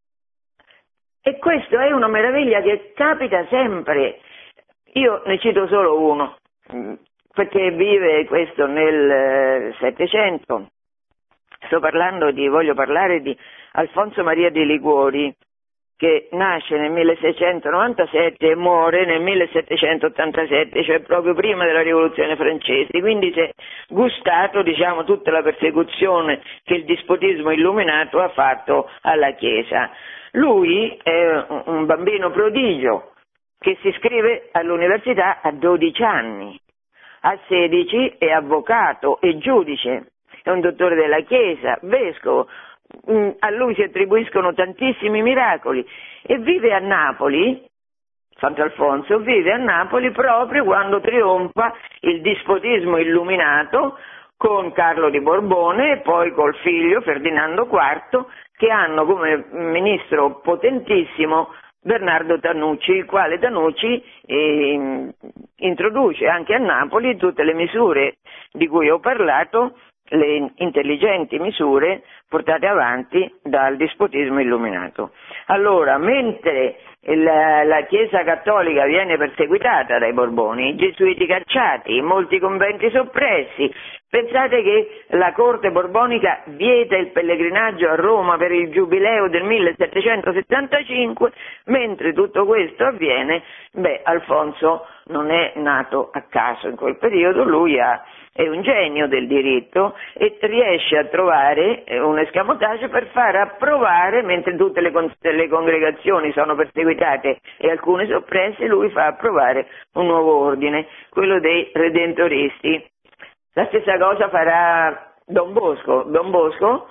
E questo è una meraviglia che capita sempre. Io ne cito solo uno, perché vive questo nel Settecento. Sto parlando di, voglio parlare di Alfonso Maria di Liguori, che nasce nel milleseicentonovantasette e muore nel millesettecentottantasette, cioè proprio prima della rivoluzione francese, quindi si è gustato, diciamo, tutta la persecuzione che il dispotismo illuminato ha fatto alla Chiesa. Lui è un bambino prodigio che si iscrive all'università a dodici anni, a sedici è avvocato e giudice, è un dottore della Chiesa, vescovo. A lui si attribuiscono tantissimi miracoli e vive a Napoli, Sant'Alfonso vive a Napoli proprio quando trionfa il dispotismo illuminato con Carlo di Borbone e poi col figlio Ferdinando quarto, che hanno come ministro potentissimo Bernardo Tanucci, il quale Tanucci eh, introduce anche a Napoli tutte le misure di cui ho parlato, le intelligenti misure portate avanti dal dispotismo illuminato. Allora, mentre la, la Chiesa cattolica viene perseguitata dai Borboni, i gesuiti cacciati, molti conventi soppressi, pensate che la corte borbonica vieta il pellegrinaggio a Roma per il giubileo del millesettecentosettantacinque, mentre tutto questo avviene, beh, Alfonso non è nato a caso in quel periodo, lui ha è un genio del diritto e riesce a trovare un escamotage per far approvare, mentre tutte le, con- le congregazioni sono perseguitate e alcune soppresse, lui fa approvare un nuovo ordine, quello dei redentoristi. La stessa cosa farà Don Bosco. Don Bosco,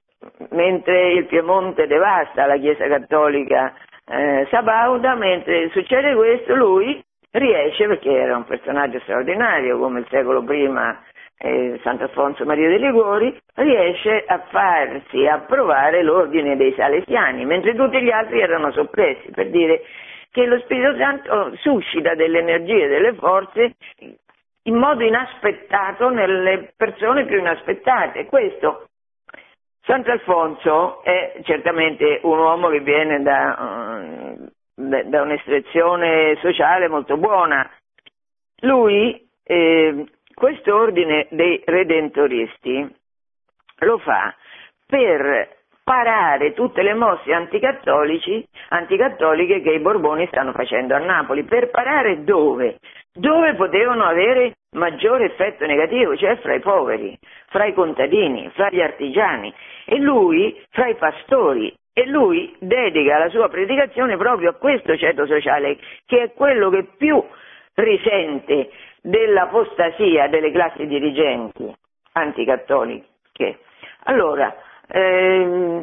mentre il Piemonte devasta la Chiesa cattolica eh, sabauda, mentre succede questo, lui riesce, perché era un personaggio straordinario come il secolo prima eh, Sant'Alfonso Maria de' Liguori, riesce a farsi approvare l'ordine dei Salesiani, mentre tutti gli altri erano soppressi, per dire che lo Spirito Santo suscita delle energie, delle forze in modo inaspettato nelle persone più inaspettate. Questo Sant'Alfonso è certamente un uomo che viene da, da un'estrazione sociale molto buona. Lui, eh, questo ordine dei redentoristi, lo fa per parare tutte le mosse anticattolici, anticattoliche che i Borboni stanno facendo a Napoli. Per parare dove? Dove potevano avere maggiore effetto negativo, cioè fra i poveri, fra i contadini, fra gli artigiani, e lui fra i pastori. E lui dedica la sua predicazione proprio a questo ceto sociale, che è quello che più risente dell'apostasia delle classi dirigenti anticattoliche. Allora, ehm,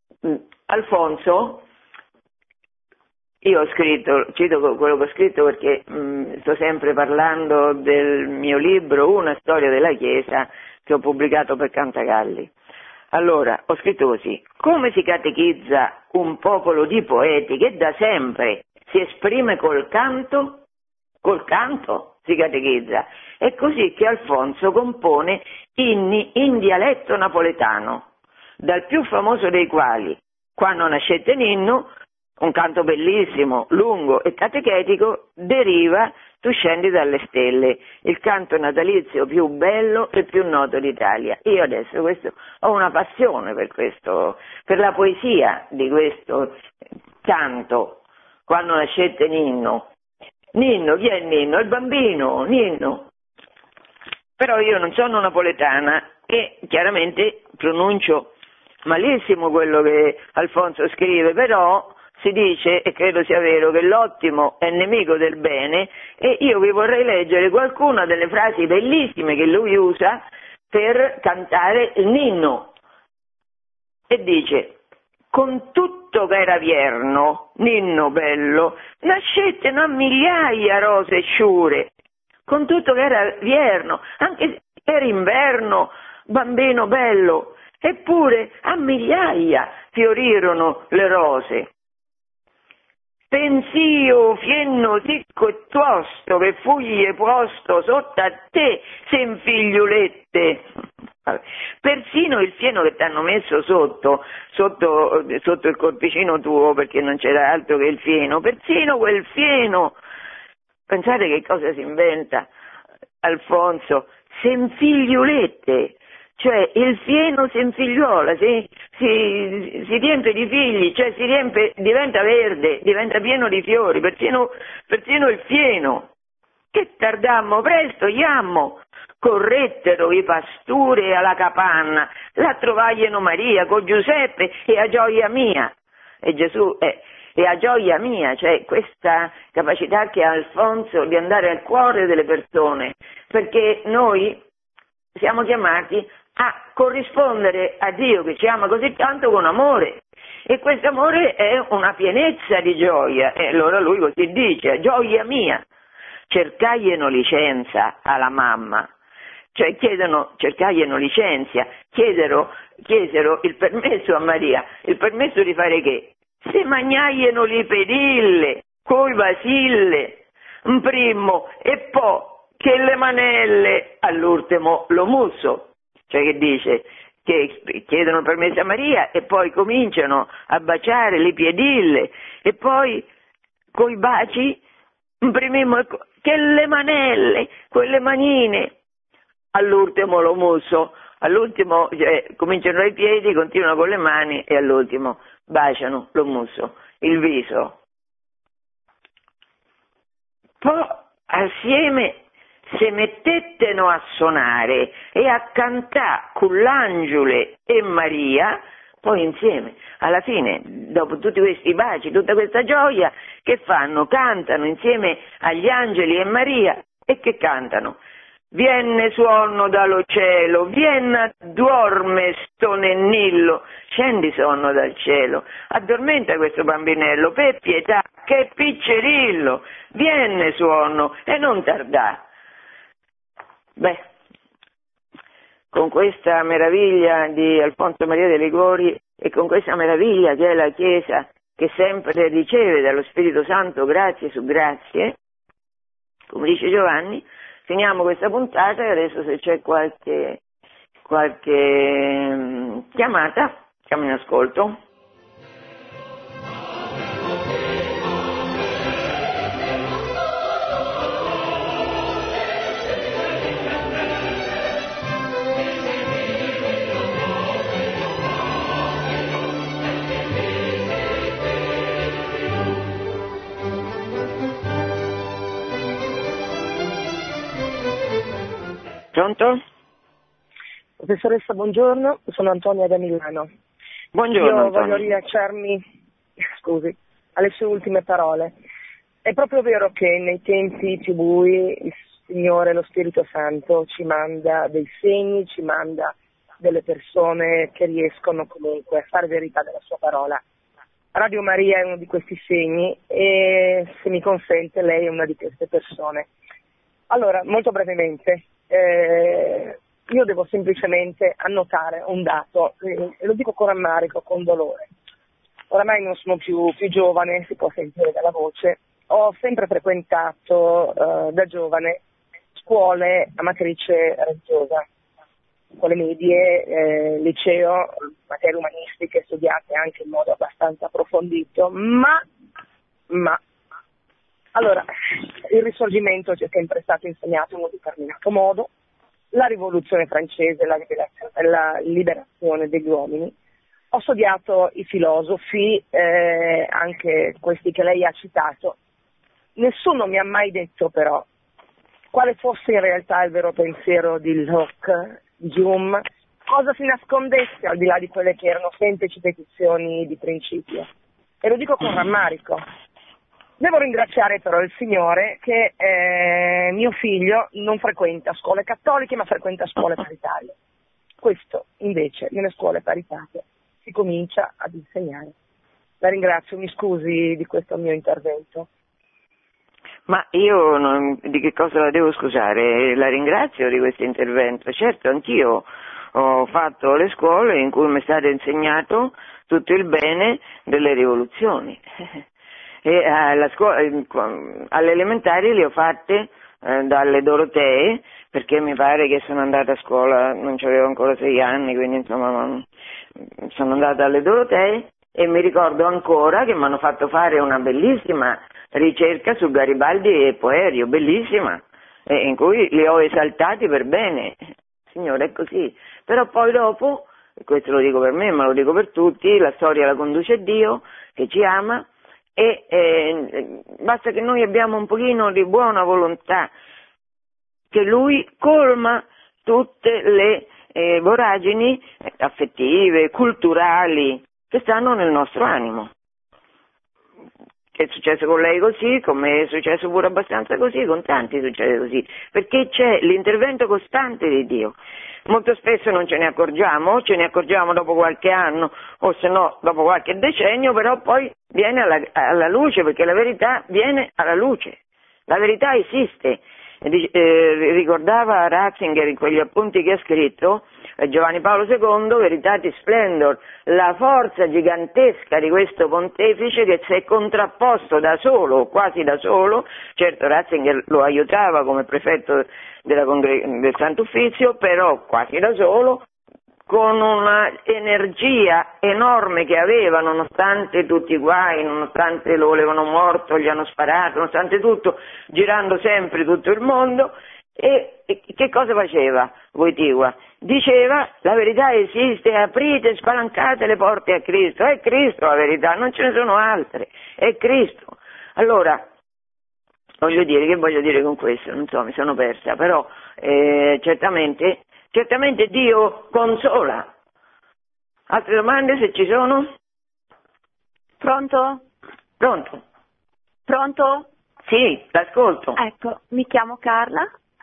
Alfonso, io ho scritto, cito quello che ho scritto perché mh, sto sempre parlando del mio libro Una storia della Chiesa, che ho pubblicato per Cantagalli. Allora, ho scritto così: come si catechizza un popolo di poeti che da sempre si esprime col canto? Col canto si catechizza. È così che Alfonso compone inni in dialetto napoletano, dal più famoso dei quali, Quando nascette Ninno, un canto bellissimo, lungo e catechetico, deriva Tu scendi dalle stelle, il canto natalizio più bello e più noto d'Italia. Io adesso questo, ho una passione per questo, per la poesia di questo canto, Quando nascette Ninno. Ninno, chi è Ninno? Il bambino, Ninno. Però io non sono napoletana e chiaramente pronuncio malissimo quello che Alfonso scrive, però si dice, e credo sia vero, che l'ottimo è nemico del bene, e io vi vorrei leggere qualcuna delle frasi bellissime che lui usa per cantare il ninno. E dice: con tutto che era vierno, ninno bello, nascetteno a migliaia rose sciure. Con tutto che era vierno, anche se era inverno, bambino bello, eppure a migliaia fiorirono le rose. Pens'io fienno sicco e tosto che fuglie posto sotto a te, sen figliulette. Persino il fieno che ti hanno messo sotto, sotto, sotto il corpicino tuo, perché non c'era altro che il fieno, persino quel fieno, pensate che cosa si inventa Alfonso, sen figliulette. Cioè il fieno si infigliuola, si, si, si riempie di figli, cioè si riempie, diventa verde, diventa pieno di fiori, persino, persino il fieno. Che tardammo presto, iammo, correttero i pastori alla capanna, la trovagliano Maria con Giuseppe e a gioia mia. E Gesù è, e a gioia mia, cioè questa capacità che ha Alfonso di andare al cuore delle persone, perché noi siamo chiamati a corrispondere a Dio che ci ama così tanto con amore, e questo amore è una pienezza di gioia, e allora lui così dice: gioia mia, cercaieno licenza alla mamma, cioè chiedono, cercaieno licenza, chiedero, chiesero il permesso a Maria, il permesso di fare che? Se magnaieno li pedille, coi basille, un primo, e poi che le manelle all'ultimo lo musso. Cioè che dice che chiedono permesso a Maria e poi cominciano a baciare le piedille e poi coi baci imprimiamo che le manelle, quelle manine all'ultimo lo musso, all'ultimo cioè, cominciano dai piedi, continuano con le mani e all'ultimo baciano lo musso, il viso. Poi assieme se mettetteno a suonare e a cantare con l'Angiule e Maria, poi insieme, alla fine, dopo tutti questi baci, tutta questa gioia, che fanno? Cantano insieme agli angeli e Maria, e che cantano? Viene sonno dallo cielo, viene dorme sto nennillo, scendi sonno dal cielo, addormenta questo bambinello, per pietà, che piccerillo, viene sonno e non tardà. Beh, con questa meraviglia di Alfonso Maria de' Liguori e con questa meraviglia che è la Chiesa, che sempre riceve dallo Spirito Santo grazie su grazie, come dice Giovanni, finiamo questa puntata e adesso se c'è qualche, qualche um, chiamata, siamo in ascolto. Pronto? Professoressa, buongiorno, sono Antonia da Milano. Buongiorno. Io Antonio. voglio riallacciarmi, scusi, alle sue ultime parole. È proprio vero che nei tempi più bui il Signore, lo Spirito Santo, ci manda dei segni, ci manda delle persone che riescono comunque a fare verità della sua parola. Radio Maria è uno di questi segni e, se mi consente, lei è una di queste persone. Allora, molto brevemente, eh, io devo semplicemente annotare un dato, eh, e lo dico con rammarico, con dolore. Oramai non sono più, più giovane, si può sentire dalla voce. Ho sempre frequentato eh, da giovane scuole a matrice religiosa, scuole medie, eh, liceo, materie umanistiche studiate anche in modo abbastanza approfondito, ma, ma, allora, il risorgimento ci è sempre stato insegnato in un determinato modo, la rivoluzione francese, la liberazione, la liberazione degli uomini. Ho studiato i filosofi, eh, anche questi che lei ha citato. Nessuno mi ha mai detto però quale fosse in realtà il vero pensiero di Locke, di Hume, cosa si nascondesse al di là di quelle che erano semplici petizioni di principio. E lo dico con rammarico. Devo ringraziare però il Signore che eh, mio figlio non frequenta scuole cattoliche ma frequenta scuole paritarie. Questo invece nelle scuole paritarie si comincia ad insegnare. La ringrazio, mi scusi di questo mio intervento. Ma io non, di che cosa la devo scusare? La ringrazio di questo intervento. Certo, anch'io ho fatto le scuole in cui mi è stato insegnato tutto il bene delle rivoluzioni. E alla scuola, alle elementari le ho fatte eh, dalle Dorotee, perché mi pare che sono andata a scuola, non c'avevo ancora sei anni, quindi insomma sono andata alle Dorotee e mi ricordo ancora che mi hanno fatto fare una bellissima ricerca su Garibaldi e Poerio, bellissima, eh, in cui li ho esaltati per bene. Signore, è così. Però poi dopo, questo lo dico per me, ma lo dico per tutti, la storia la conduce Dio, che ci ama, e eh, basta che noi abbiamo un pochino di buona volontà, che Lui colma tutte le eh, voragini affettive, culturali, che stanno nel nostro animo. È successo con lei così, con me è successo pure abbastanza così, con tanti succede così, perché c'è l'intervento costante di Dio. Molto spesso non ce ne accorgiamo, o ce ne accorgiamo dopo qualche anno, o se no dopo qualche decennio, però poi viene alla, alla luce, perché la verità viene alla luce, la verità esiste. Eh, ricordava Ratzinger in quegli appunti che ha scritto, eh, Giovanni Paolo secondo, Veritatis Splendor, la forza gigantesca di questo pontefice che si è contrapposto da solo, quasi da solo, certo Ratzinger lo aiutava come prefetto della Congre- del Santo Uffizio, però quasi da solo, con una energia enorme che aveva, nonostante tutti i guai, nonostante lo volevano morto, gli hanno sparato, nonostante tutto, girando sempre tutto il mondo, e, e che cosa faceva Wojtyła? Diceva, la verità esiste, aprite, spalancate le porte a Cristo, è Cristo la verità, non ce ne sono altre, è Cristo. Allora, voglio dire, che voglio dire con questo? Non so, mi sono persa, però eh, certamente... Certamente Dio consola. Altre domande se ci sono? Pronto? Pronto? Pronto? Sì, l'ascolto. Ecco, mi chiamo Carla,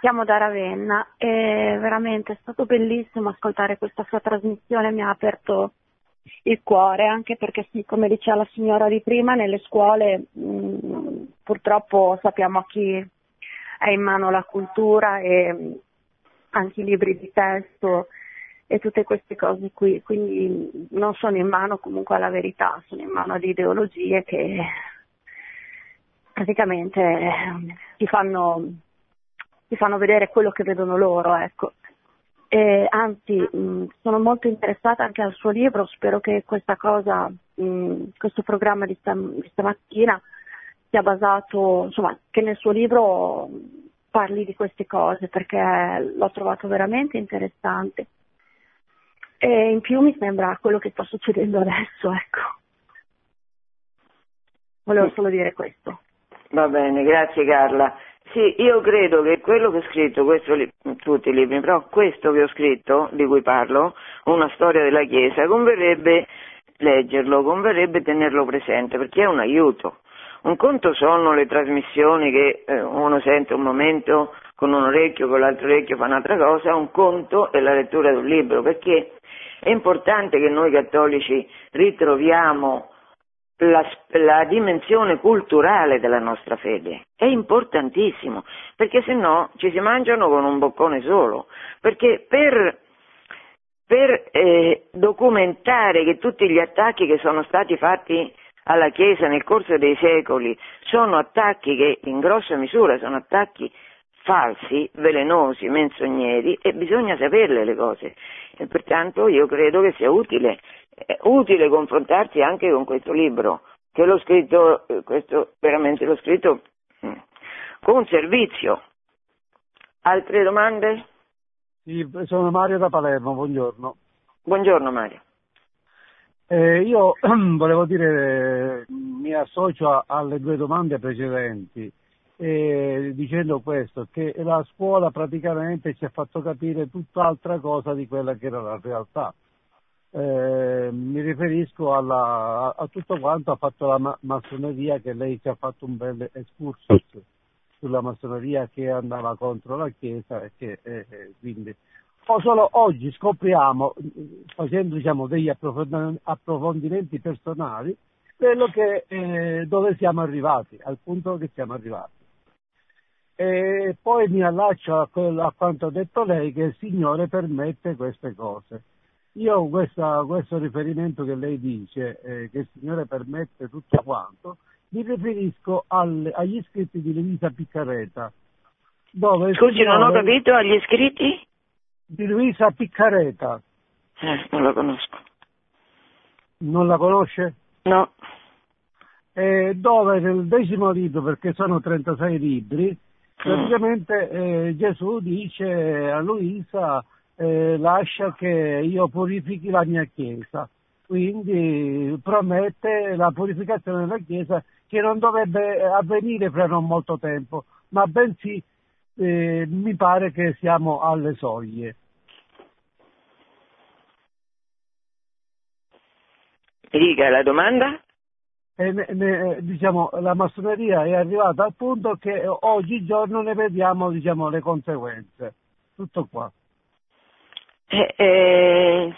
Siamo da Ravenna e veramente è stato bellissimo ascoltare questa sua trasmissione, mi ha aperto il cuore, anche perché sì, come diceva la signora di prima, nelle scuole mh, purtroppo sappiamo a chi è in mano la cultura e mh, anche i libri di testo e tutte queste cose qui, quindi non sono in mano comunque alla verità, sono in mano ad ideologie che praticamente eh, ti fanno, ti fanno vedere quello che vedono loro, ecco. E anzi, mh, sono molto interessata anche al suo libro, spero che questa cosa, mh, questo programma di, stam- di stamattina sia basato, insomma, che nel suo libro parli di queste cose, perché l'ho trovato veramente interessante. E in più mi sembra quello che sta succedendo adesso, ecco. Volevo solo dire questo. Va bene, grazie Carla. Sì, io credo che quello che ho scritto, questo, tutti i libri, però questo che ho scritto, di cui parlo, una storia della Chiesa, converrebbe leggerlo, converrebbe tenerlo presente, perché è un aiuto. Un conto sono le trasmissioni che eh, uno sente un momento con un orecchio, con l'altro orecchio fa un'altra cosa, un conto è la lettura di un libro, perché è importante che noi cattolici ritroviamo La, la dimensione culturale della nostra fede, è importantissimo, perché se no ci si mangiano con un boccone solo, perché per, per eh, documentare che tutti gli attacchi che sono stati fatti alla Chiesa nel corso dei secoli sono attacchi che in grossa misura sono attacchi falsi, velenosi, menzogneri, e bisogna saperle le cose, e pertanto io credo che sia utile È utile confrontarsi anche con questo libro, che l'ho scritto, questo veramente l'ho scritto con servizio. Altre domande? Sì, sono Mario da Palermo, buongiorno. Buongiorno Mario. Eh, io volevo dire, mi associo a, alle due domande precedenti, eh, dicendo questo, che la scuola praticamente ci ha fatto capire tutt'altra cosa di quella che era la realtà. Eh, mi riferisco alla, a, a tutto quanto ha fatto la ma- massoneria, che lei ci ha fatto un bel excursus sulla massoneria che andava contro la Chiesa e che eh, eh, quindi o solo oggi scopriamo, facendo diciamo degli approfond- approfondimenti personali, quello che eh, dove siamo arrivati, al punto che siamo arrivati. E poi mi allaccio a, quello, a quanto ha detto lei, che il Signore permette queste cose. Io questa, questo riferimento che lei dice, eh, che il Signore permette tutto quanto, mi riferisco al, agli scritti di Luisa Piccareta. Dove Scusi, Signore, non ho capito, agli iscritti? Di Luisa Piccareta. Eh, non la conosco. Non la conosce? No. Eh, dove nel decimo libro, perché sono trentasei libri, praticamente eh, Gesù dice a Luisa: Eh, lascia che io purifichi la mia Chiesa, quindi promette la purificazione della Chiesa, che non dovrebbe avvenire fra non molto tempo, ma bensì eh, mi pare che siamo alle soglie. Dica la domanda? E ne, ne, diciamo, la massoneria è arrivata al punto che oggigiorno ne vediamo, diciamo, le conseguenze. Tutto qua. Eh, eh,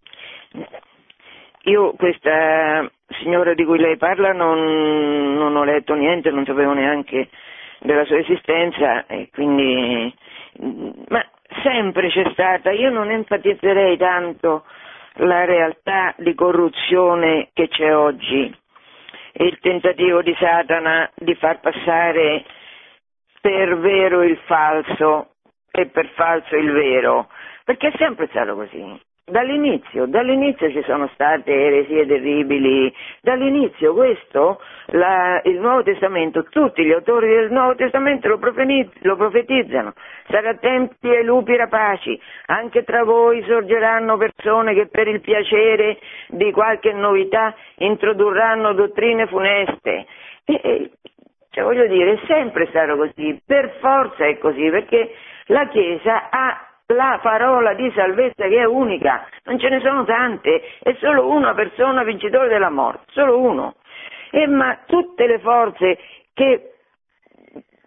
io questa signora di cui lei parla non, non ho letto niente, non sapevo neanche della sua esistenza, e quindi, ma sempre c'è stata, io non enfatizzerei tanto la realtà di corruzione che c'è oggi, il tentativo di Satana di far passare per vero il falso e per falso il vero, perché è sempre stato così. Dall'inizio, dall'inizio ci sono state eresie terribili, dall'inizio questo, la, il Nuovo Testamento, tutti gli autori del Nuovo Testamento lo, lo profetizzano, sarà tempi e lupi rapaci, anche tra voi sorgeranno persone che per il piacere di qualche novità introdurranno dottrine funeste, e, e cioè voglio dire, è sempre stato così, per forza è così, perché la Chiesa ha la parola di salvezza che è unica, non ce ne sono tante, è solo una persona vincitore della morte, solo uno. E ma tutte le forze che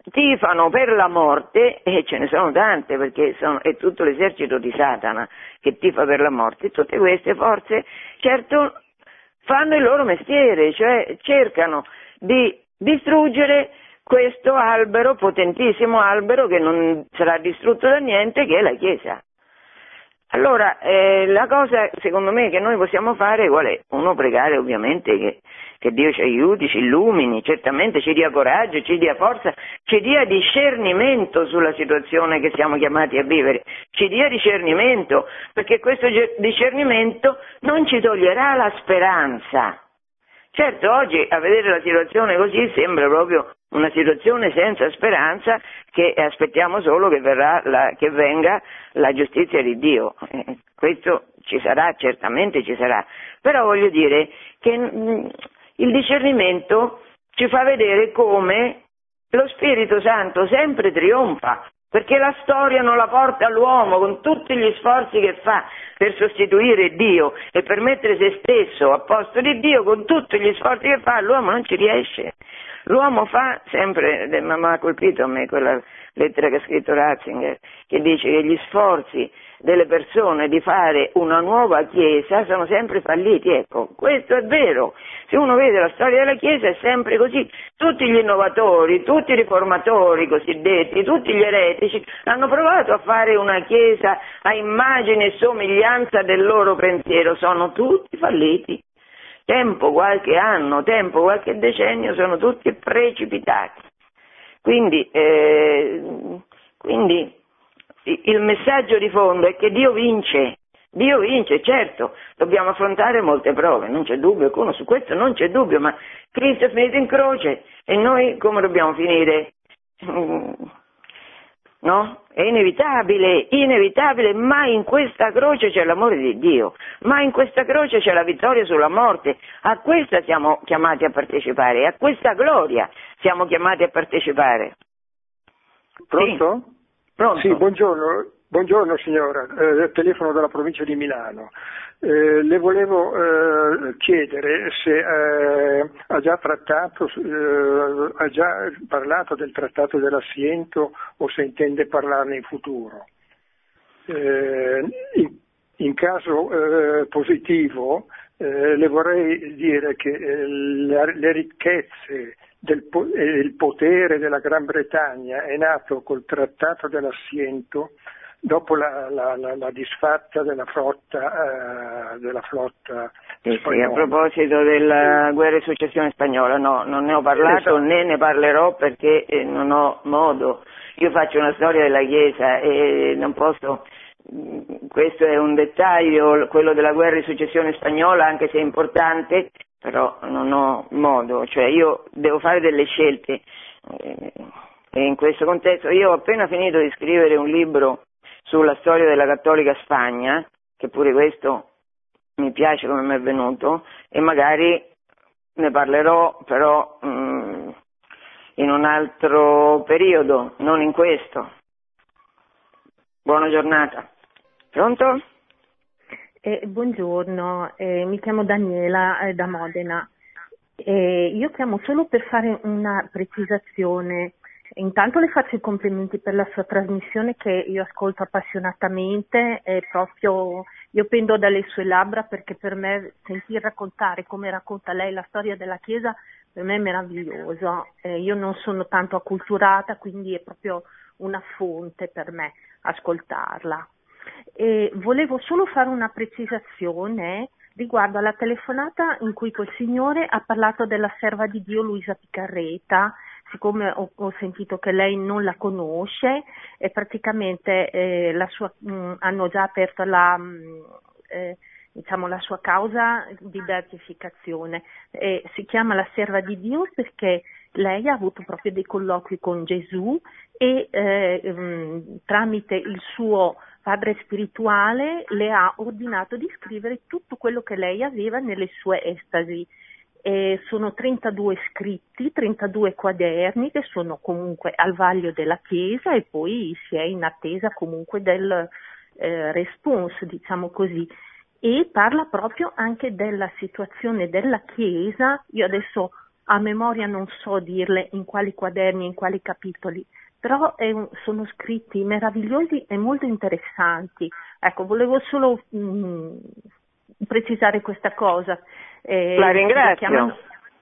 tifano per la morte, e ce ne sono tante, perché sono, è tutto l'esercito di Satana che tifa per la morte, e tutte queste forze, certo, fanno il loro mestiere, cioè cercano di distruggere questo albero, potentissimo albero, che non sarà distrutto da niente, che è la Chiesa. Allora, eh, la cosa, secondo me, che noi possiamo fare, qual è? Uno, pregare ovviamente che, che Dio ci aiuti, ci illumini, certamente ci dia coraggio, ci dia forza, ci dia discernimento sulla situazione che siamo chiamati a vivere, ci dia discernimento, perché questo discernimento non ci toglierà la speranza. Certo, oggi a vedere la situazione così sembra proprio una situazione senza speranza, che aspettiamo solo che, verrà la, che venga la giustizia di Dio. Eh, questo ci sarà, certamente ci sarà, però voglio dire che mh, il discernimento ci fa vedere come lo Spirito Santo sempre trionfa, perché la storia non la porta l'uomo con tutti gli sforzi che fa per sostituire Dio e per mettere se stesso a posto di Dio, con tutti gli sforzi che fa, l'uomo non ci riesce. L'uomo fa sempre, mi ha colpito a me quella lettera che ha scritto Ratzinger, che dice che gli sforzi delle persone di fare una nuova Chiesa sono sempre falliti. Ecco, questo è vero. Se uno vede la storia della Chiesa è sempre così. Tutti gli innovatori, tutti i riformatori cosiddetti, tutti gli eretici hanno provato a fare una Chiesa a immagine e somiglianza del loro pensiero, sono tutti falliti. Tempo, qualche anno, tempo, qualche decennio, sono tutti precipitati. Quindi, eh, quindi il messaggio di fondo è che Dio vince, Dio vince, certo, dobbiamo affrontare molte prove, non c'è dubbio, alcuno su questo non c'è dubbio, ma Cristo è finito in croce e noi come dobbiamo finire? No? È inevitabile, inevitabile, ma in questa croce c'è l'amore di Dio, ma in questa croce c'è la vittoria sulla morte, a questa siamo chiamati a partecipare, a questa gloria siamo chiamati a partecipare. Pronto? Sì, pronto? Sì, buongiorno, buongiorno signora, eh, telefono dalla provincia di Milano. Eh, le volevo eh, chiedere se eh, ha già trattato, eh, ha già parlato del trattato dell'assiento o se intende parlarne in futuro. Eh, in, in caso eh, positivo eh, le vorrei dire che eh, le, le ricchezze del po- e il potere della Gran Bretagna è nato col trattato dell'assiento dopo la, la, la, la disfatta della flotta, eh, della flotta sì, spagnola. Sì, a proposito della guerra di successione spagnola, no, non ne ho parlato, esatto, né ne parlerò perché eh, non ho modo. Io faccio una storia della Chiesa e non posso, questo è un dettaglio, quello della guerra di successione spagnola, anche se è importante, però non ho modo, cioè io devo fare delle scelte eh, e in questo contesto io ho appena finito di scrivere un libro sulla storia della Cattolica Spagna, che pure questo mi piace come mi è venuto, e magari ne parlerò però mh, in un altro periodo, non in questo. Buona giornata. Pronto? Eh, buongiorno, eh, mi chiamo Daniela eh, da Modena. Eh, io chiamo solo per fare una precisazione. Intanto le faccio i complimenti per la sua trasmissione che io ascolto appassionatamente, e proprio io pendo dalle sue labbra, perché per me sentir raccontare come racconta lei la storia della Chiesa per me è meraviglioso. Eh, io non sono tanto acculturata, quindi è proprio una fonte per me ascoltarla. E volevo solo fare una precisazione riguardo alla telefonata in cui quel signore ha parlato della serva di Dio Luisa Picarreta. Siccome ho, ho sentito che lei non la conosce, e praticamente eh, la sua, mh, hanno già aperto la, mh, eh, diciamo, la sua causa di beatificazione. Eh, si chiama la serva di Dio perché lei ha avuto proprio dei colloqui con Gesù e eh, mh, tramite il suo padre spirituale le ha ordinato di scrivere tutto quello che lei aveva nelle sue estasi. Eh, sono trentadue scritti, trentadue quaderni che sono comunque al vaglio della Chiesa, e poi si è in attesa comunque del eh, response, diciamo così, e parla proprio anche della situazione della Chiesa. Io adesso a memoria non so dirle in quali quaderni, in quali capitoli, però è un, sono scritti meravigliosi e molto interessanti. Ecco, volevo solo mh, precisare questa cosa. Eh, La ringrazio. Chiamano...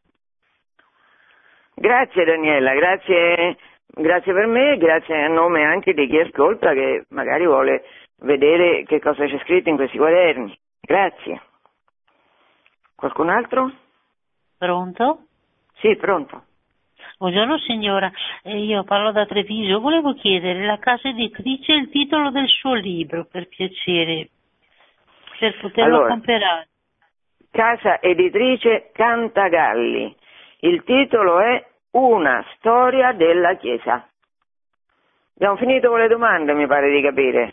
Grazie Daniela, grazie, grazie per me, grazie a nome anche di chi ascolta che magari vuole vedere che cosa c'è scritto in questi quaderni. Grazie. Qualcun altro? Pronto? Sì, pronto. Buongiorno signora, eh, io parlo da Treviso, volevo chiedere alla casa editrice il titolo del suo libro, per piacere, per poterlo allora, comprare. Casa editrice Cantagalli, il titolo è Una storia della Chiesa. Abbiamo finito con le domande, mi pare di capire.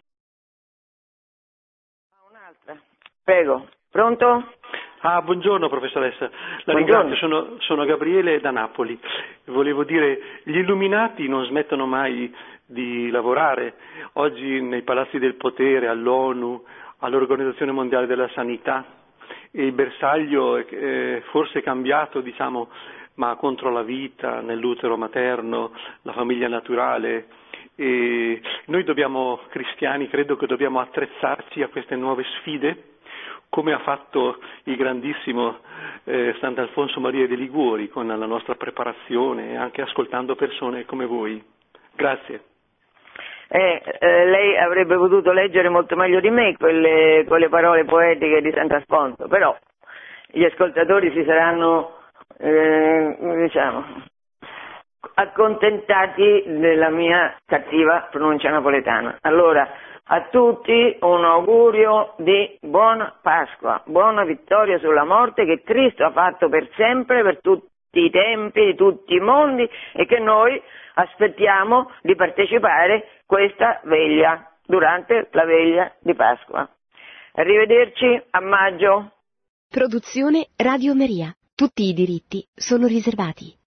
Un'altra, prego, pronto? Ah, buongiorno professoressa, la buongiorno. ringrazio, sono, sono Gabriele da Napoli. Volevo dire, gli illuminati non smettono mai di lavorare, oggi nei palazzi del potere, all'ONU, all'Organizzazione Mondiale della Sanità, e il bersaglio è forse cambiato, diciamo, ma contro la vita, nell'utero materno, la famiglia naturale. E noi dobbiamo, cristiani, credo che dobbiamo attrezzarci a queste nuove sfide, come ha fatto il grandissimo eh, Sant'Alfonso Maria de Liguori con la nostra preparazione, anche ascoltando persone come voi. Grazie. Eh, eh, lei avrebbe potuto leggere molto meglio di me quelle, quelle parole poetiche di Sant'Alfonso, però gli ascoltatori si saranno, eh, diciamo, accontentati della mia cattiva pronuncia napoletana. Allora, a tutti un augurio di buona Pasqua, buona vittoria sulla morte che Cristo ha fatto per sempre, per tutti i tempi, di tutti i mondi, e che noi aspettiamo di partecipare questa veglia, durante la veglia di Pasqua. Arrivederci a maggio. Produzione Radio Maria. Tutti i diritti sono riservati.